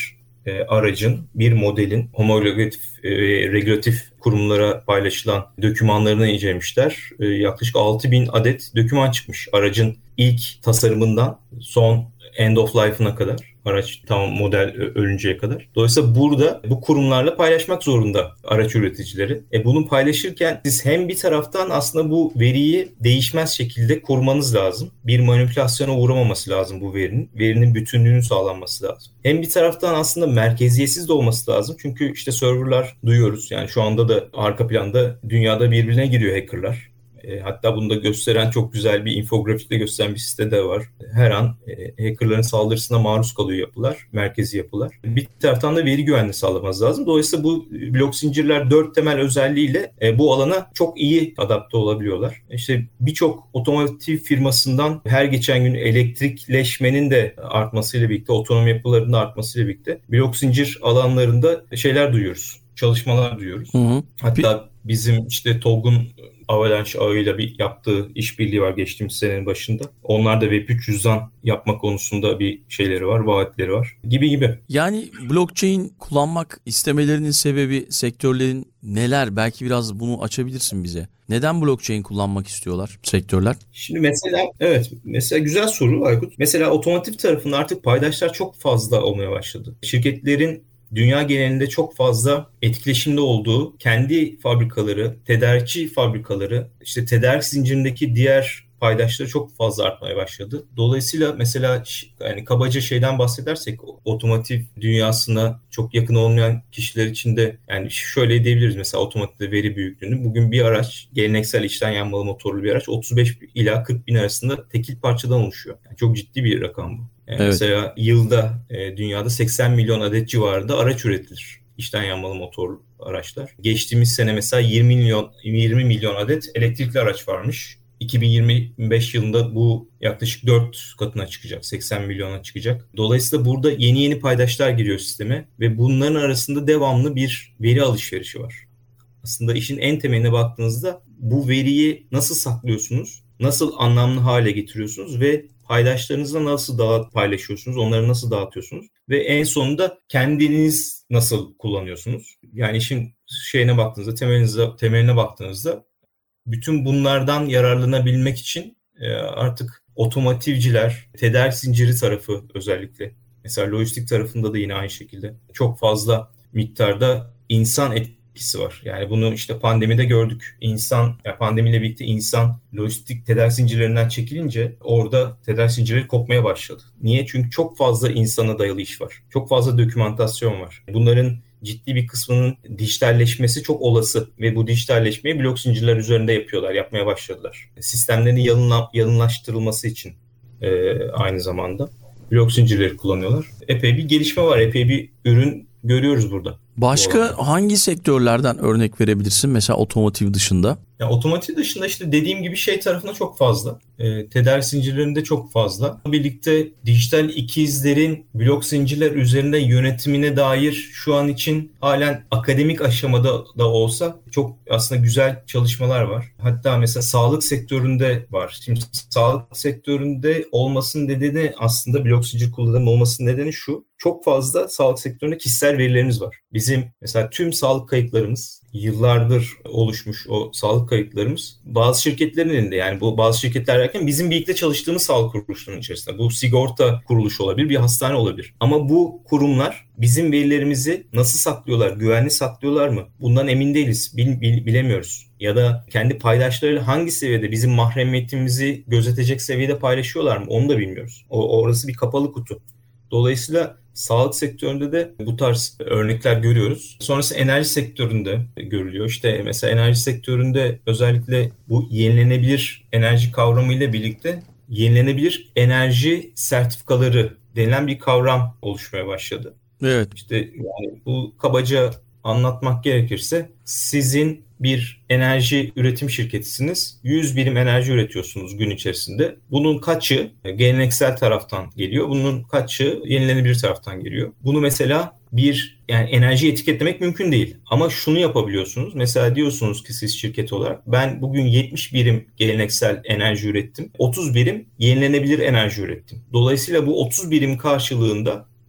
e, aracın, bir modelin homologatif ve regülatif kurumlara paylaşılan dokümanlarını incelemişler. E, yaklaşık altı bin adet doküman çıkmış aracın ilk tasarımından son end of life'ına kadar. Araç tamam model ölünceye kadar. Dolayısıyla burada bu kurumlarla paylaşmak zorunda araç üreticileri. E bunu paylaşırken siz hem bir taraftan aslında bu veriyi değişmez şekilde korumanız lazım. Bir manipülasyona uğramaması lazım bu verinin. Verinin bütünlüğünün sağlanması lazım. Hem bir taraftan aslında merkeziyetsiz de olması lazım. Çünkü işte serverlar duyuyoruz. Yani şu anda da arka planda dünyada birbirine giriyor hackerlar. E, hatta bunu da gösteren çok güzel bir infografikle gösteren bir site de var. Her an e, hackerların saldırısına maruz kalıyor yapılar, merkezi yapılar. Bir taraftan da veri güvenliği sağlamanız lazım. Dolayısıyla bu blok zincirler dört temel özelliğiyle e, bu alana çok iyi adapte olabiliyorlar. İşte birçok otomotiv firmasından her geçen gün elektrikleşmenin de artmasıyla birlikte, otonom yapılarının da artmasıyla birlikte blok zincir alanlarında şeyler duyuyoruz. Çalışmalar duyuyoruz. Hı hı. Hatta bizim işte TOG'un Avalanche ağıyla bir yaptığı işbirliği var geçtiğimiz senenin başında. Onlar da Web üç yüzden yapma konusunda bir şeyleri var, vaatleri var gibi gibi. Yani blockchain kullanmak istemelerinin sebebi sektörlerin neler? Belki biraz bunu açabilirsin bize. Neden blockchain kullanmak istiyorlar sektörler? Şimdi mesela evet mesela güzel soru Aykut. Mesela otomotiv tarafında artık paydaşlar çok fazla olmaya başladı. Şirketlerin dünya genelinde çok fazla etkileşimde olduğu kendi fabrikaları, tedarikçi fabrikaları, işte tedarik zincirindeki diğer paydaşları çok fazla artmaya başladı. Dolayısıyla mesela yani kabaca şeyden bahsedersek otomotiv dünyasına çok yakın olmayan kişiler için de yani şöyle diyebiliriz mesela otomotivde veri büyüklüğünü. Bugün bir araç geleneksel içten yanmalı motorlu bir araç otuz beş ila kırk bin arasında tekil parçadan oluşuyor. Yani çok ciddi bir rakam bu. Yani evet. Mesela yılda e, dünyada seksen milyon adet civarında araç üretilir. İçten yanmalı motorlu araçlar. Geçtiğimiz sene mesela yirmi milyon yirmi milyon adet elektrikli araç varmış. iki bin yirmi beş yılında bu yaklaşık dört katına çıkacak. seksen milyona çıkacak. Dolayısıyla burada yeni yeni paydaşlar giriyor sisteme ve bunların arasında devamlı bir veri alışverişi var. Aslında işin en temeline baktığınızda bu veriyi nasıl saklıyorsunuz, nasıl anlamlı hale getiriyorsunuz ve paydaşlarınızla nasıl dağıt paylaşıyorsunuz, onları nasıl dağıtıyorsunuz ve en sonunda kendiniz nasıl kullanıyorsunuz? Yani işin şeyine baktığınızda, temeline, temeline baktığınızda bütün bunlardan yararlanabilmek için artık otomotivciler, tedarik zinciri tarafı özellikle, mesela lojistik tarafında da yine aynı şekilde çok fazla miktarda insan etkisi var. Yani bunu işte pandemide gördük. İnsan, yani pandemiyle birlikte insan lojistik tedarik zincirlerinden çekilince orada tedarik zincirleri kopmaya başladı. Niye? Çünkü çok fazla insana dayalı iş var. Çok fazla dokümantasyon var. Bunların ciddi bir kısmının dijitalleşmesi çok olası ve bu dijitalleşmeyi blok zincirler üzerinde yapıyorlar, yapmaya başladılar. Sistemlerin yalınla, yalınlaştırılması için e, aynı zamanda blok zincirleri kullanıyorlar. Epey bir gelişme var, epey bir ürün görüyoruz burada. Başka hangi sektörlerden örnek verebilirsin mesela otomotiv dışında? Ya otomotiv dışında işte dediğim gibi şey tarafında çok fazla. E, tedarik zincirlerinde çok fazla. Birlikte dijital ikizlerin blok zincirler üzerinde yönetimine dair şu an için halen akademik aşamada da olsa çok aslında güzel çalışmalar var. Hatta mesela sağlık sektöründe var. Şimdi sağlık sektöründe olmasının nedeni aslında blok zincir kullanımı olmasının nedeni şu. Çok fazla sağlık sektöründe kişisel verilerimiz var. Bizim mesela tüm sağlık kayıtlarımız, yıllardır oluşmuş o sağlık kayıtlarımız bazı şirketlerin elinde. Yani bu bazı şirketler derken bizim birlikte çalıştığımız sağlık kuruluşlarının içerisinde. Bu sigorta kuruluşu olabilir, bir hastane olabilir. Ama bu kurumlar bizim verilerimizi nasıl saklıyorlar, güvenli saklıyorlar mı? Bundan emin değiliz, bil, bil, bilemiyoruz. Ya da kendi paydaşlarıyla hangi seviyede bizim mahremiyetimizi gözetecek seviyede paylaşıyorlar mı? Onu da bilmiyoruz. O, orası bir kapalı kutu. Dolayısıyla sağlık sektöründe de bu tarz örnekler görüyoruz. Sonrası enerji sektöründe görülüyor. İşte mesela enerji sektöründe özellikle bu yenilenebilir enerji kavramıyla birlikte yenilenebilir enerji sertifikaları denilen bir kavram oluşmaya başladı. Evet. İşte yani bu kabaca anlatmak gerekirse sizin bir enerji üretim şirketisiniz. yüz birim enerji üretiyorsunuz gün içerisinde. Bunun kaçı geleneksel taraftan geliyor? Bunun kaçı yenilenebilir taraftan geliyor? Bunu mesela bir yani enerji etiketlemek mümkün değil. Ama şunu yapabiliyorsunuz. Mesela diyorsunuz ki siz şirket olarak ben bugün yetmiş birim geleneksel enerji ürettim. otuz birim yenilenebilir enerji ürettim. Dolayısıyla bu otuz birim karşılığında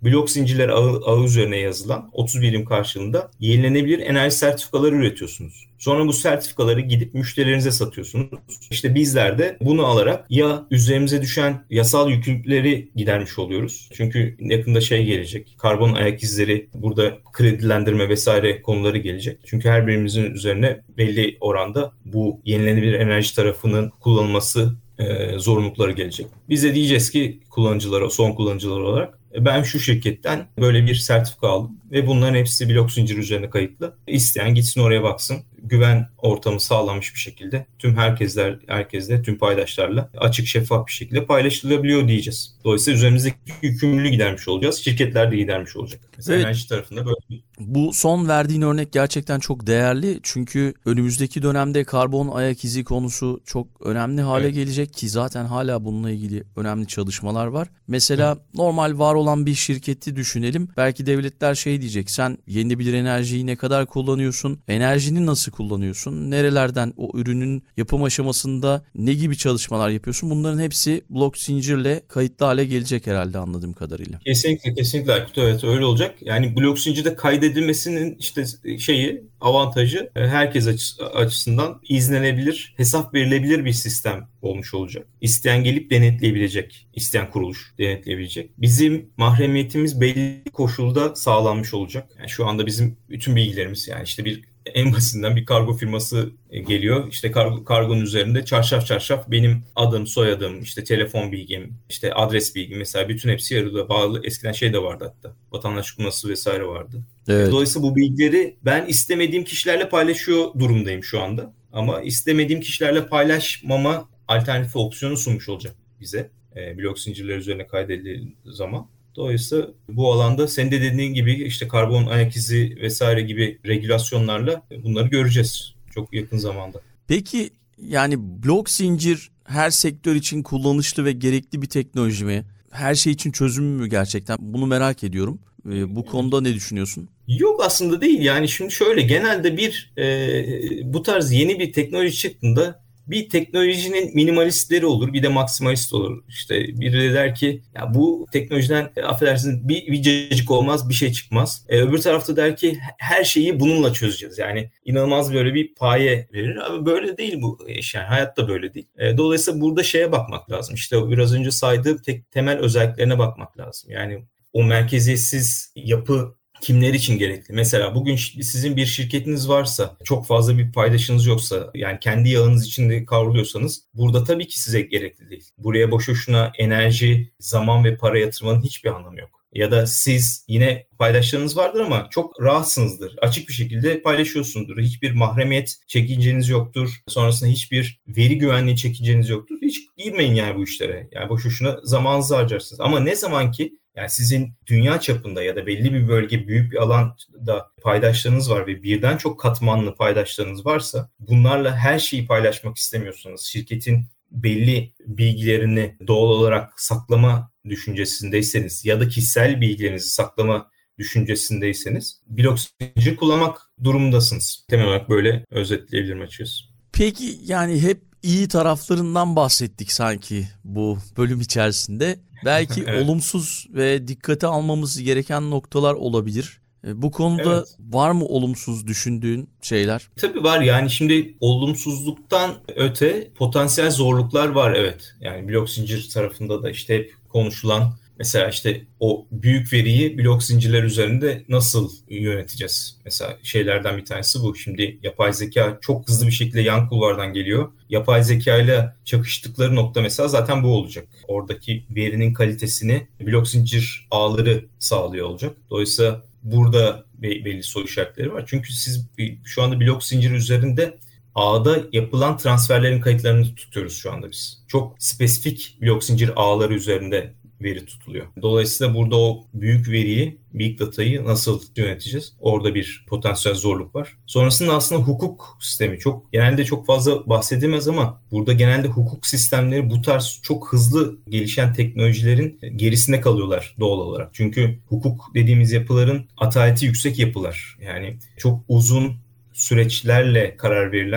blok zincirleri ağı, ağı üzerine yazılan otuz birim karşılığında yenilenebilir enerji sertifikaları üretiyorsunuz. Sonra bu sertifikaları gidip müşterilerinize satıyorsunuz. İşte bizler de bunu alarak ya üzerimize düşen yasal yükümlülükleri gidermiş oluyoruz. Çünkü yakında şey gelecek. Karbon ayak izleri, burada kredilendirme vesaire konuları gelecek. Çünkü her birimizin üzerine belli oranda bu yenilenebilir enerji tarafının kullanılması e, zorunlulukları gelecek. Biz de diyeceğiz ki kullanıcılara, son kullanıcılar olarak ben şu şirketten böyle bir sertifika aldım ve bunların hepsi blok zinciri üzerine kayıtlı. İsteyen gitsin oraya baksın. Güven ortamı sağlanmış bir şekilde tüm herkesler, herkesle, tüm paydaşlarla açık, şeffaf bir şekilde paylaşılabiliyor diyeceğiz. Dolayısıyla üzerimizdeki yükümlülüğü gidermiş olacağız. Şirketler de gidermiş olacak. Mesela evet. Enerji tarafında böyle bir... Bu son verdiğin örnek gerçekten çok değerli. Çünkü önümüzdeki dönemde karbon ayak izi konusu çok önemli hale evet. gelecek ki zaten hala bununla ilgili önemli çalışmalar var. Mesela evet. normal var olan bir şirketi düşünelim. Belki devletler şey diyecek, sen yenilenebilir enerjiyi ne kadar kullanıyorsun? Enerjini nasıl kullanıyorsun? Nerelerden o ürünün yapım aşamasında ne gibi çalışmalar yapıyorsun? Bunların hepsi blok zincirle kayıtlı hale gelecek herhalde anladığım kadarıyla. Kesinlikle kesinlikle evet öyle olacak. Yani blok zincirde kaydedilmesinin işte şeyi avantajı herkes açısından izlenebilir, hesap verilebilir bir sistem olmuş olacak. İsteyen gelip denetleyebilecek, isteyen kuruluş denetleyebilecek. Bizim mahremiyetimiz belli koşulda sağlanmış olacak. Yani şu anda bizim bütün bilgilerimiz yani işte bir en basitinden bir kargo firması geliyor. İşte kargo, kargonun üzerinde çarşaf çarşaf benim adım, soyadım, işte telefon bilgim, işte adres bilgim mesela bütün hepsi yarıda bağlı. Eskiden şey de vardı hatta. Vatandaşlık numarası vesaire vardı. Evet. Dolayısıyla bu bilgileri ben istemediğim kişilerle paylaşıyor durumdayım şu anda. Ama istemediğim kişilerle paylaşmama alternatif opsiyonu sunmuş olacak bize. E, blok zincirleri üzerine kaydedildiği zaman. Dolayısıyla bu alanda senin de dediğin gibi işte karbon ayak izi vesaire gibi regülasyonlarla bunları göreceğiz çok yakın zamanda. Peki yani blok zincir her sektör için kullanışlı ve gerekli bir teknoloji mi? Her şey için çözüm mü gerçekten? Bunu merak ediyorum. Ee, bu konuda ne düşünüyorsun? Yok aslında değil. Yani şimdi şöyle genelde bir e, bu tarz yeni bir teknoloji çıktığında bir teknolojinin minimalistleri olur, bir de maksimalist olur. İşte biri de der ki ya bu teknolojiden e, affedersiniz bir, bir cacık olmaz, bir şey çıkmaz. E, öbür tarafta der ki her şeyi bununla çözeceğiz. Yani inanılmaz böyle bir paye verir. Ama böyle değil bu iş yani hayatta böyle değil. E, dolayısıyla burada şeye bakmak lazım. İşte biraz önce saydığım tek temel özelliklerine bakmak lazım. Yani o merkeziyetsiz yapı kimler için gerekli? Mesela bugün sizin bir şirketiniz varsa, çok fazla bir paydaşınız yoksa, yani kendi yağınız içinde kavruluyorsanız burada tabii ki size gerekli değil. Buraya boş boşuna enerji, zaman ve para yatırmanın hiçbir anlamı yok. Ya da siz yine paydaşlarınız vardır ama çok rahatsınızdır. Açık bir şekilde paylaşıyorsunuzdur. Hiçbir mahremiyet çekinceniz yoktur. Sonrasında hiçbir veri güvenliği çekinceniz yoktur. Hiç girmeyin yani bu işlere. Yani boş boşuna zamanınızı harcarsınız. Ama ne zaman ki yani sizin dünya çapında ya da belli bir bölge, büyük bir alanda paydaşlarınız var ve birden çok katmanlı paydaşlarınız varsa bunlarla her şeyi paylaşmak istemiyorsanız, şirketin belli bilgilerini doğal olarak saklama düşüncesindeyseniz ya da kişisel bilgilerinizi saklama düşüncesindeyseniz blok zincir kullanmak durumundasınız. Temel olarak böyle özetleyebilirim açıkçası. Peki yani hep iyi taraflarından bahsettik sanki bu bölüm içerisinde. Belki evet. olumsuz ve dikkate almamız gereken noktalar olabilir. Bu konuda evet. var mı olumsuz düşündüğün şeyler? Tabii var yani şimdi olumsuzluktan öte potansiyel zorluklar var evet. Yani blok zincir tarafında da işte hep konuşulan mesela işte o büyük veriyi blok zincirler üzerinde nasıl yöneteceğiz? Mesela şeylerden bir tanesi bu. Şimdi yapay zeka çok hızlı bir şekilde yan kulvardan geliyor. Yapay zeka ile çakıştıkları nokta mesela zaten bu olacak. Oradaki verinin kalitesini blok zincir ağları sağlıyor olacak. Dolayısıyla burada belli soru işaretleri var. Çünkü siz şu anda blok zinciri üzerinde ağda yapılan transferlerin kayıtlarını tutuyoruz şu anda biz. Çok spesifik blok zincir ağları üzerinde veri tutuluyor. Dolayısıyla burada o büyük veriyi, big data'yı nasıl yöneteceğiz? Orada bir potansiyel zorluk var. Sonrasında aslında hukuk sistemi çok genelde çok fazla bahsedilmez ama burada genelde hukuk sistemleri bu tarz çok hızlı gelişen teknolojilerin gerisinde kalıyorlar doğal olarak. Çünkü hukuk dediğimiz yapıların ataleti yüksek yapılar. Yani çok uzun süreçlerle karar verilen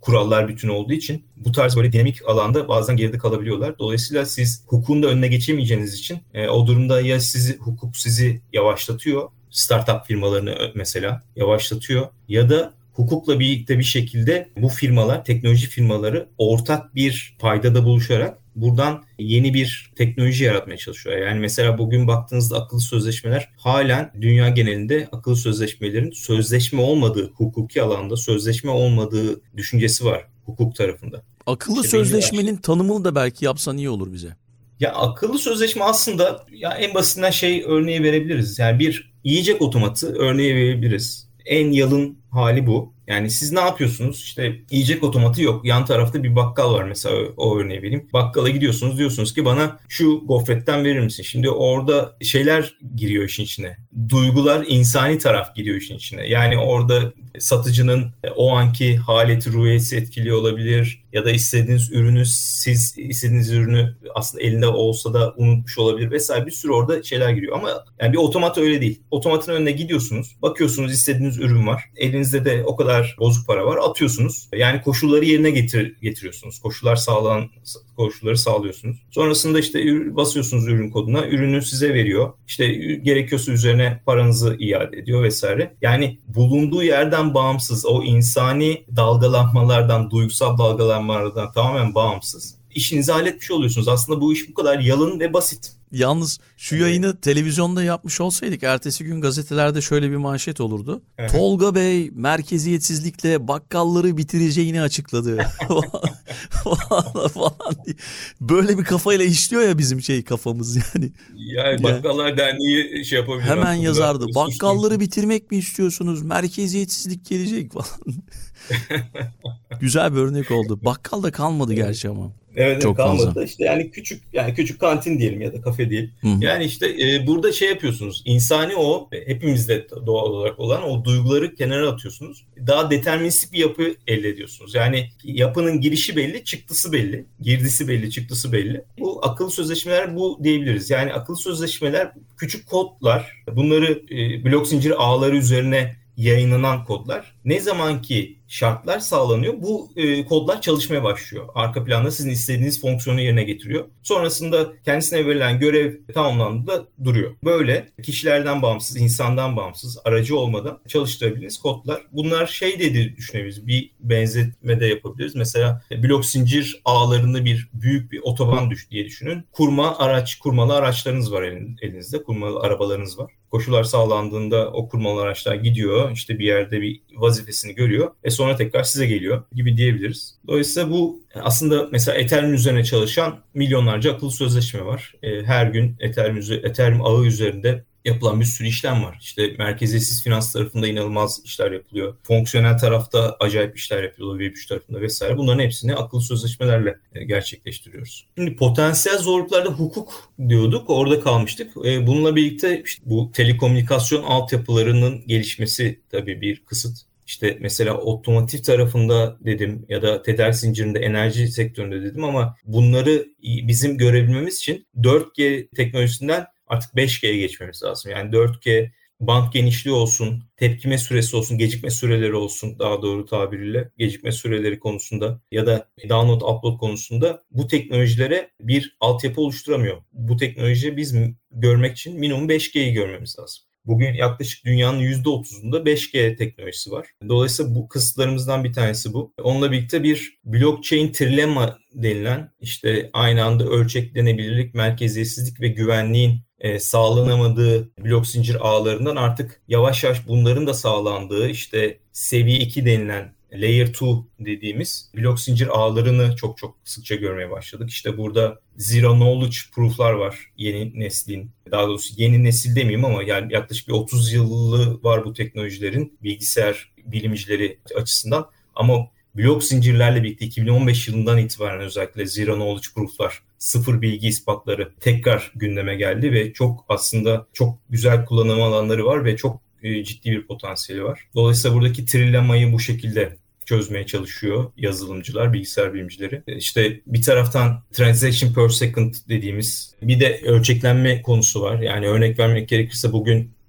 kurallar bütünü olduğu için bu tarz böyle dinamik alanda bazen geride kalabiliyorlar. Dolayısıyla siz hukukun da önüne geçemeyeceğiniz için e, o durumda ya sizi hukuk sizi yavaşlatıyor, startup firmalarını mesela yavaşlatıyor ya da hukukla birlikte bir şekilde bu firmalar, teknoloji firmaları ortak bir paydada buluşarak buradan yeni bir teknoloji yaratmaya çalışıyor. Yani mesela bugün baktığınızda akıllı sözleşmeler halen dünya genelinde akıllı sözleşmelerin sözleşme olmadığı, hukuki alanda sözleşme olmadığı düşüncesi var hukuk tarafında. Akıllı İşte sözleşmenin tanımını da belki yapsan iyi olur bize. Ya akıllı sözleşme aslında ya en basitinden şey örneği verebiliriz. Yani bir yiyecek otomatı örneği verebiliriz. En yalın hali bu. Yani siz ne yapıyorsunuz? İşte yiyecek otomatı yok. Yan tarafta bir bakkal var mesela, o örneği vereyim. Bakkala gidiyorsunuz, diyorsunuz ki bana şu gofretten verir misin? Şimdi orada şeyler giriyor işin içine. Duygular, insani taraf giriyor işin içine. Yani orada satıcının o anki haleti, ruhiyeti etkiliyor olabilir. Ya da istediğiniz ürünü, siz istediğiniz ürünü aslında elinde olsa da unutmuş olabilir vesaire, bir sürü orada şeyler giriyor. Ama yani bir otomat öyle değil. Otomatın önüne gidiyorsunuz, bakıyorsunuz istediğiniz ürün var. Elinizde de o kadar bozuk para var, atıyorsunuz. Yani koşulları yerine getir, getiriyorsunuz. Koşullar sağlan, koşulları sağlıyorsunuz. Sonrasında işte basıyorsunuz ürün koduna, ürünü size veriyor. İşte gerekiyorsa üzerine paranızı iade ediyor vesaire. Yani bulunduğu yerden bağımsız, o insani dalgalanmalardan, duygusal dalgalanmalardan tamamen bağımsız işinizi halletmiş oluyorsunuz. Aslında bu iş bu kadar yalın ve basit. Yalnız şu yayını televizyonda yapmış olsaydık ertesi gün gazetelerde şöyle bir manşet olurdu. Evet. Tolga Bey merkeziyetsizlikle bakkalları bitireceğini açıkladı. falan diye. Böyle bir kafayla işliyor ya bizim şey kafamız yani. Yani Bakkallar Derneği şey yapabilir. Hemen aslında yazardı. Bakkalları bitirmek mi istiyorsunuz? Merkeziyetsizlik gelecek falan. Güzel bir örnek oldu. Bakkal da kalmadı gerçi ama. Evet, çok kalmadı fazla. İşte yani küçük yani küçük kantin diyelim ya da kafe diyelim. Hı-hı. Yani işte e, burada şey yapıyorsunuz. İnsani o hepimizde doğal olarak olan o duyguları kenara atıyorsunuz. Daha deterministik bir yapı elde ediyorsunuz. Yani yapının girişi belli, çıktısı belli. Girdisi belli, çıktısı belli. Bu akıllı sözleşmeler bu diyebiliriz. Yani akıllı sözleşmeler küçük kodlar. Bunları e, blok zinciri ağları üzerine yayınlanan kodlar. Ne zaman ki şartlar sağlanıyor, bu e, kodlar çalışmaya başlıyor. Arka planda sizin istediğiniz fonksiyonu yerine getiriyor. Sonrasında kendisine verilen görev tamamlandığında duruyor. Böyle kişilerden bağımsız, insandan bağımsız, aracı olmadan çalıştırabildiğiniz kodlar. Bunlar şey dedi düşünebiliriz. Bir benzetme de yapabiliriz. Mesela blok zincir ağlarında bir büyük bir otoban düş diye düşünün. Kurma araç, kurmalı araçlarınız var elinizde. Kurmalı arabalarınız var. Koşullar sağlandığında o kurmalı araçlar gidiyor. İşte bir yerde bir vazifesini görüyor ve sonra tekrar size geliyor gibi diyebiliriz. Dolayısıyla bu aslında mesela Ethereum üzerine çalışan milyonlarca akıllı sözleşme var. Her gün Ethereum, Ethereum ağı üzerinde yapılan bir sürü işlem var. İşte merkeziyetsiz finans tarafında inanılmaz işler yapılıyor. Fonksiyonel tarafta acayip işler yapılıyor, Web üç tarafında vesaire. Bunların hepsini akıllı sözleşmelerle gerçekleştiriyoruz. Şimdi potansiyel zorluklarda hukuk diyorduk, orada kalmıştık. Bununla birlikte işte bu telekomünikasyon altyapılarının gelişmesi tabii bir kısıt. İşte mesela otomotiv tarafında dedim ya da tedarik zincirinde, enerji sektöründe dedim ama bunları bizim görebilmemiz için dört G teknolojisinden artık beş G'ye geçmemiz lazım. Yani dört G band genişliği olsun, tepkime süresi olsun, gecikme süreleri olsun, daha doğru tabiriyle gecikme süreleri konusunda ya da download upload konusunda bu teknolojilere bir altyapı oluşturamıyor. Bu teknolojiyi biz görmek için minimum beş G'yi görmemiz lazım. Bugün yaklaşık dünyanın yüzde otuzunda beş G teknolojisi var. Dolayısıyla bu kısıtlarımızdan bir tanesi bu. Onunla birlikte bir blockchain trilemma denilen işte aynı anda ölçeklenebilirlik, merkeziyetsizlik ve güvenliğin e, sağlanamadığı blok zincir ağlarından artık yavaş yavaş bunların da sağlandığı işte seviye iki denilen Layer iki dediğimiz blok zincir ağlarını çok çok sıkça görmeye başladık. İşte burada Zero Knowledge Proof'lar var yeni neslin. Daha doğrusu yeni nesil demeyeyim ama yani yaklaşık bir otuz yılı var bu teknolojilerin bilgisayar bilimcileri açısından. Ama blok zincirlerle birlikte iki bin on beş yılından itibaren özellikle Zero Knowledge Proof'lar, sıfır bilgi ispatları tekrar gündeme geldi ve çok aslında çok güzel kullanım alanları var ve çok ciddi bir potansiyeli var. Dolayısıyla buradaki trilemmayı bu şekilde çözmeye çalışıyor yazılımcılar, bilgisayar bilimcileri. İşte bir taraftan transaction per second dediğimiz bir de ölçeklenme konusu var. Yani örnek vermek gerekirse bugün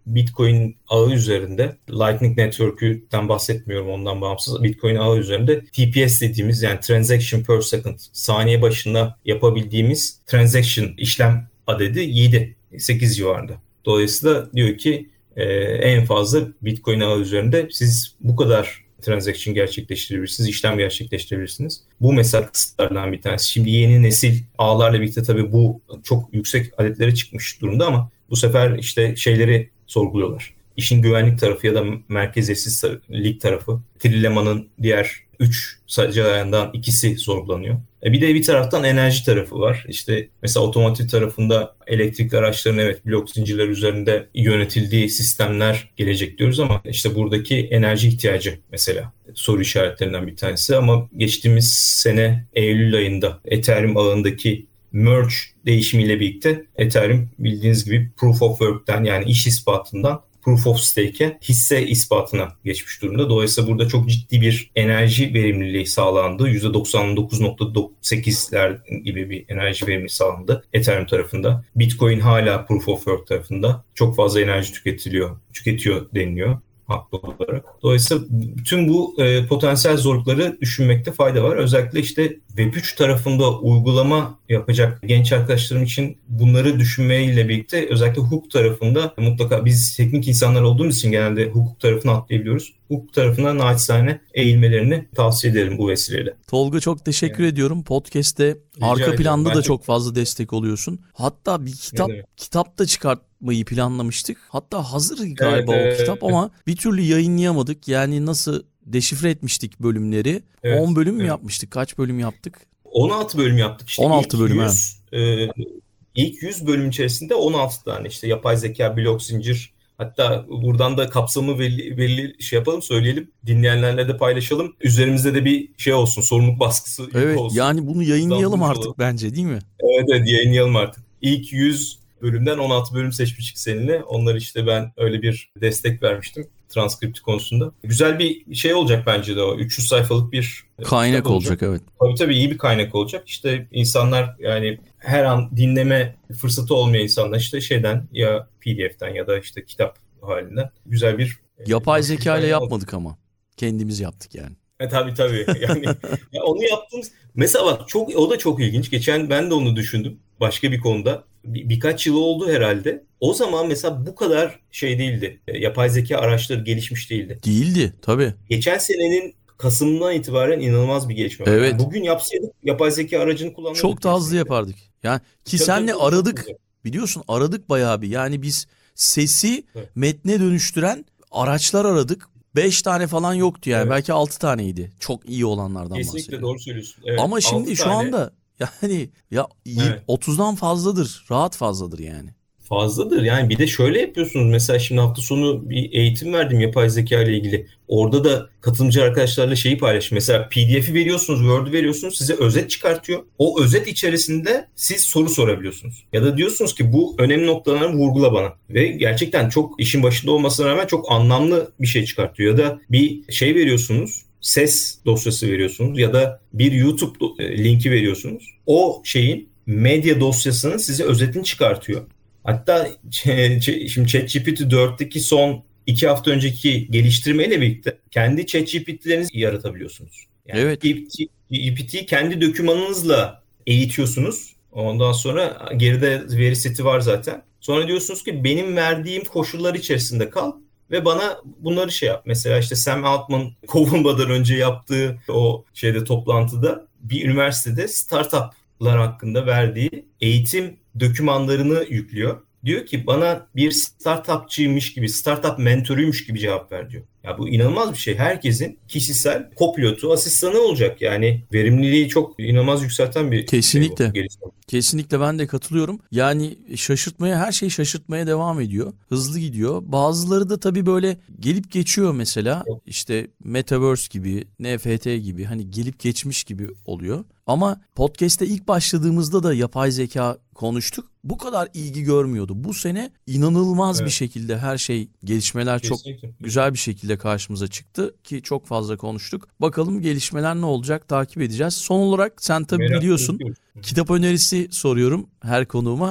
Bitcoin ağı üzerinde, Lightning Network'ten bahsetmiyorum, ondan bağımsız, Bitcoin ağı üzerinde T P S dediğimiz, yani Transaction Per Second, saniye başına yapabildiğimiz transaction işlem adedi yedi sekiz civarında. Dolayısıyla diyor ki e, en fazla Bitcoin ağı üzerinde siz bu kadar transaction gerçekleştirebilirsiniz, işlem gerçekleştirebilirsiniz. Bu mesela kısıtlardan bir tanesi. Şimdi yeni nesil ağlarla birlikte tabii bu çok yüksek adetlere çıkmış durumda ama bu sefer işte şeyleri sorguluyorlar. İşin güvenlik tarafı ya da merkeziyetsizlik tarafı. Trilemman'ın diğer üç sacalarından ikisi sorgulanıyor. E bir de bir taraftan enerji tarafı var. İşte mesela otomotiv tarafında elektrikli araçların evet blok zincirler üzerinde yönetildiği sistemler gelecek diyoruz ama işte buradaki enerji ihtiyacı mesela soru işaretlerinden bir tanesi. Ama geçtiğimiz sene Eylül ayında Ethereum ağındaki merge değişimiyle birlikte Ethereum bildiğiniz gibi Proof of Work'ten, yani iş ispatından Proof of Stake'e, hisse ispatına geçmiş durumda. Dolayısıyla burada çok ciddi bir enerji verimliliği sağlandı. yüzde doksan dokuz nokta sekizler gibi bir enerji verimliliği sağlandı Ethereum tarafında. Bitcoin hala Proof of Work tarafında çok fazla enerji tüketiliyor, tüketiyor deniliyor haklı olarak. Dolayısıyla bütün bu e, potansiyel zorlukları düşünmekte fayda var. Özellikle işte Web üç tarafında uygulama yapacak genç arkadaşlarım için bunları düşünmeyle birlikte özellikle hukuk tarafında mutlaka, biz teknik insanlar olduğumuz için genelde hukuk tarafına atlayabiliyoruz. Hukuk tarafına naçizane eğilmelerini tavsiye ederim bu vesileyle. Tolga, çok teşekkür evet. ediyorum. Podcast'te Rica arka ederim. planda Ben da de... çok fazla destek oluyorsun. Hatta bir kitap kitap da çıkartmayı planlamıştık. Hatta hazır galiba evet, o evet. kitap ama bir türlü yayınlayamadık. Yani nasıl deşifre etmiştik bölümleri. Evet, on bölüm mü evet. yapmıştık? Kaç bölüm yaptık? on altı bölüm yaptık. İşte on altı bölüm yüz, e, ilk yüz bölüm içerisinde on altı tane işte yapay zeka, blok zincir, hatta buradan da kapsamı belli, belli şey yapalım, söyleyelim. Dinleyenlerle de paylaşalım. Üzerimizde de bir şey olsun, sorumluluk baskısı evet, olsun. Yani bunu yayınlayalım Zambucu artık olalım. Bence, değil mi? Evet evet yayınlayalım artık. İlk yüz bölümden on altı bölüm seçmiştik seninle. Onlar işte ben öyle bir destek vermiştim transkripti konusunda. Güzel bir şey olacak bence de o. üç yüz sayfalık bir kaynak olacak. olacak evet. Tabii tabii iyi bir kaynak olacak. İşte insanlar, yani her an dinleme fırsatı olmayan insanlar işte şeyden, ya P D F'ten ya da işte kitap halinden güzel bir yapay zeka ile yapmadık ama kendimiz yaptık yani. E, tabii tabii. Yani ya onu yaptığımız mesela bak, çok o da çok ilginç. Geçen ben de onu düşündüm başka bir konuda. Bir, birkaç yıl oldu herhalde. O zaman mesela bu kadar şey değildi. E, yapay zeka araçları gelişmiş değildi. Değildi tabii. Geçen senenin Kasım'dan itibaren inanılmaz bir gelişme var. Evet. Yani bugün yapsaydık yapay zeka aracını kullanırdık. Çok da hızlı yapardık. Yani ki tabii senle aradık. Biliyorsun aradık bayağı bir. Yani biz sesi evet. metne dönüştüren araçlar aradık. Beş tane falan yoktu yani. Evet. Belki altı taneydi. Çok iyi olanlardan Kesinlikle bahsediyorum. Kesinlikle doğru söylüyorsun. Evet, ama şimdi şu tane... anda yani ya evet. otuzdan fazladır. Rahat fazladır yani. Fazladır. Yani bir de şöyle yapıyorsunuz. Mesela şimdi hafta sonu bir eğitim verdim yapay zeka ile ilgili. Orada da katılımcı arkadaşlarla şeyi paylaştım. Mesela P D F'i veriyorsunuz, Word'u veriyorsunuz, size özet çıkartıyor. O özet içerisinde siz soru sorabiliyorsunuz. Ya da diyorsunuz ki bu önemli noktaları vurgula bana. Ve gerçekten çok işin başında olmasına rağmen çok anlamlı bir şey çıkartıyor. Ya da bir şey veriyorsunuz, ses dosyası veriyorsunuz ya da bir YouTube linki veriyorsunuz. O şeyin medya dosyasının size özetini çıkartıyor. Hatta şimdi ChatGPT dörtteki son iki hafta önceki geliştirmeyle birlikte kendi ChatGPT'lerinizi yaratabiliyorsunuz. Yani evet. G P T'yi kendi dokümanınızla eğitiyorsunuz. Ondan sonra geride veri seti var zaten. Sonra diyorsunuz ki benim verdiğim koşullar içerisinde kal ve bana bunları şey yap. Mesela işte Sam Altman kovulmadan önce yaptığı o şeyde toplantıda bir üniversitede startuplar hakkında verdiği eğitim dokümanlarını yüklüyor. Diyor ki bana bir startupçıymış gibi, startup mentörüymüş gibi cevap ver diyor. Ya bu inanılmaz bir şey. Herkesin kişisel kopilotu, asistanı olacak. Yani verimliliği çok inanılmaz yükselten bir Kesinlikle. Şey Kesinlikle ben de katılıyorum. Yani şaşırtmaya, her şey şaşırtmaya devam ediyor. Hızlı gidiyor. Bazıları da tabii böyle gelip geçiyor mesela. Yok. İşte Metaverse gibi, N F T gibi hani gelip geçmiş gibi oluyor. Ama podcast'te ilk başladığımızda da yapay zeka konuştuk. Bu kadar ilgi görmüyordu. Bu sene inanılmaz evet. bir şekilde her şey, gelişmeler Kesinlikle. çok güzel bir şekilde karşımıza çıktı ki çok fazla konuştuk. Bakalım gelişmeler ne olacak, takip edeceğiz. Son olarak sen tabii Merak biliyorsun ediyorum. Kitap önerisi soruyorum her konuğuma.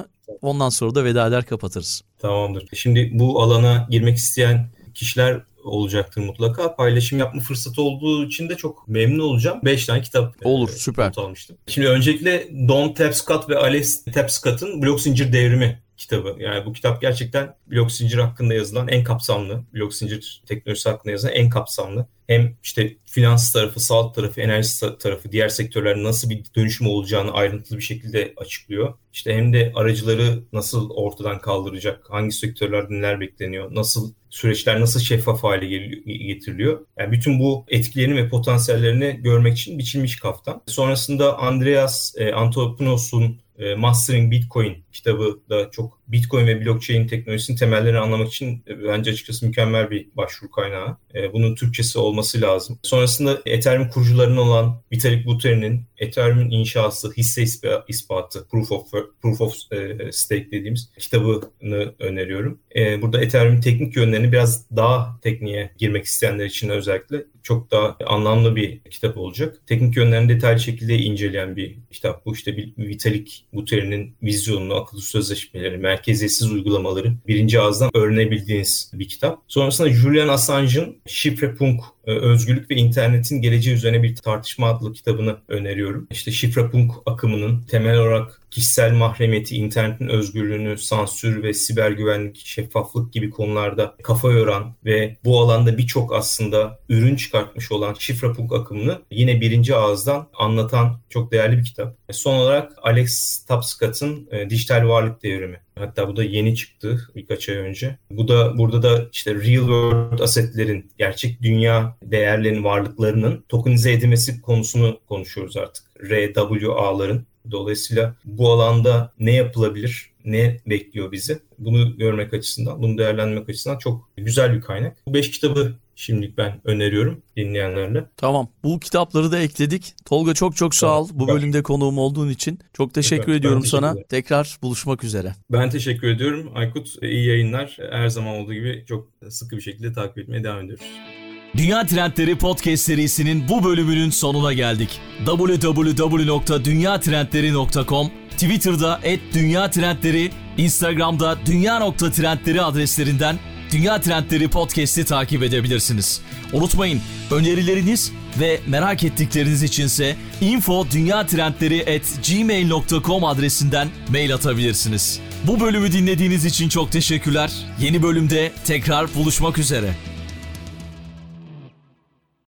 Ondan sonra da veda eder kapatırız. Tamamdır. Şimdi bu alana girmek isteyen kişiler olacaktır mutlaka. Paylaşım yapma fırsatı olduğu için de çok memnun olacağım. beş tane kitap Olur, e, süper. not almıştım. Şimdi öncelikle Don Tapscott ve Alex Tapscott'ın Blok Zincir Devrimi kitabı. Yani bu kitap gerçekten blok zincir hakkında yazılan en kapsamlı, blok zincir teknolojisi hakkında yazılan en kapsamlı. Hem işte finans tarafı, sağlık tarafı, enerji tarafı, diğer sektörlerde nasıl bir dönüşüm olacağını ayrıntılı bir şekilde açıklıyor. İşte hem de aracıları nasıl ortadan kaldıracak, hangi sektörlerde neler bekleniyor, nasıl süreçler nasıl şeffaf hale getiriliyor. Yani bütün bu etkilerini ve potansiyellerini görmek için biçilmiş kaftan. Sonrasında Andreas e, Antonopoulos'un e, Mastering Bitcoin kitabı da çok Bitcoin ve blockchain teknolojisinin temellerini anlamak için e, bence açıkçası mükemmel bir başvuru kaynağı. E, bunun Türkçesi olması lazım. Sonrasında Ethereum kurucularının olan Vitalik Buterin'in Ethereum'un inşası, hisse ispatı, Proof of, Proof of e, Stake dediğimiz kitabını öneriyorum. E, burada Ethereum'un teknik yönlerini biraz daha tekniğe girmek isteyenler için özellikle çok daha anlamlı bir kitap olacak. Teknik yönlerini detaylı şekilde inceleyen bir kitap bu. İşte Vitalik Buterin'in vizyonunu, akıllı sözleşmeleri, merkeziyetsiz uygulamaları birinci ağızdan öğrenebildiğiniz bir kitap. Sonrasında Julian Assange'ın Şifrepunk, Özgürlük ve İnternetin Geleceği Üzerine bir Tartışma adlı kitabını öneriyorum. İşte Şifrepunk akımının temel olarak kişisel mahremiyeti, internetin özgürlüğünü, sansür ve siber güvenlik, şeffaflık gibi konularda kafa yoran ve bu alanda birçok aslında ürün çıkartmış olan Şifrepunk akımını yine birinci ağızdan anlatan çok değerli bir kitap. Son olarak Alex Tapscott'ın e, Dijital Varlık Devrimi. Hatta bu da yeni çıktı birkaç ay önce. Bu da burada da işte real world assetlerin, gerçek dünya değerlerinin, varlıklarının tokenize edilmesi konusunu konuşuyoruz artık. R W A'ların. Dolayısıyla bu alanda ne yapılabilir, ne bekliyor bizi? Bunu görmek açısından, bunu değerlendirmek açısından çok güzel bir kaynak. Bu beş kitabı şimdilik ben öneriyorum dinleyenlerle. Tamam. Bu kitapları da ekledik. Tolga çok çok sağ ol. Bu bölümde konuğum olduğun için. Çok teşekkür ben ediyorum teşekkür sana. ederim. Tekrar buluşmak üzere. Ben teşekkür ediyorum. Aykut, iyi yayınlar. Her zaman olduğu gibi çok sıkı bir şekilde takip etmeye devam ediyoruz. Dünya Trendleri Podcast serisinin bu bölümünün sonuna geldik. double-u double-u double-u nokta dünya trendleri nokta com, Twitter'da et dünya trendleri, Instagram'da dünya nokta trendleri adreslerinden Dünya Trendleri Podcast'i takip edebilirsiniz. Unutmayın, önerileriniz ve merak ettikleriniz içinse info dünya trendleri at gmail nokta com adresinden mail atabilirsiniz. Bu bölümü dinlediğiniz için çok teşekkürler. Yeni bölümde tekrar buluşmak üzere.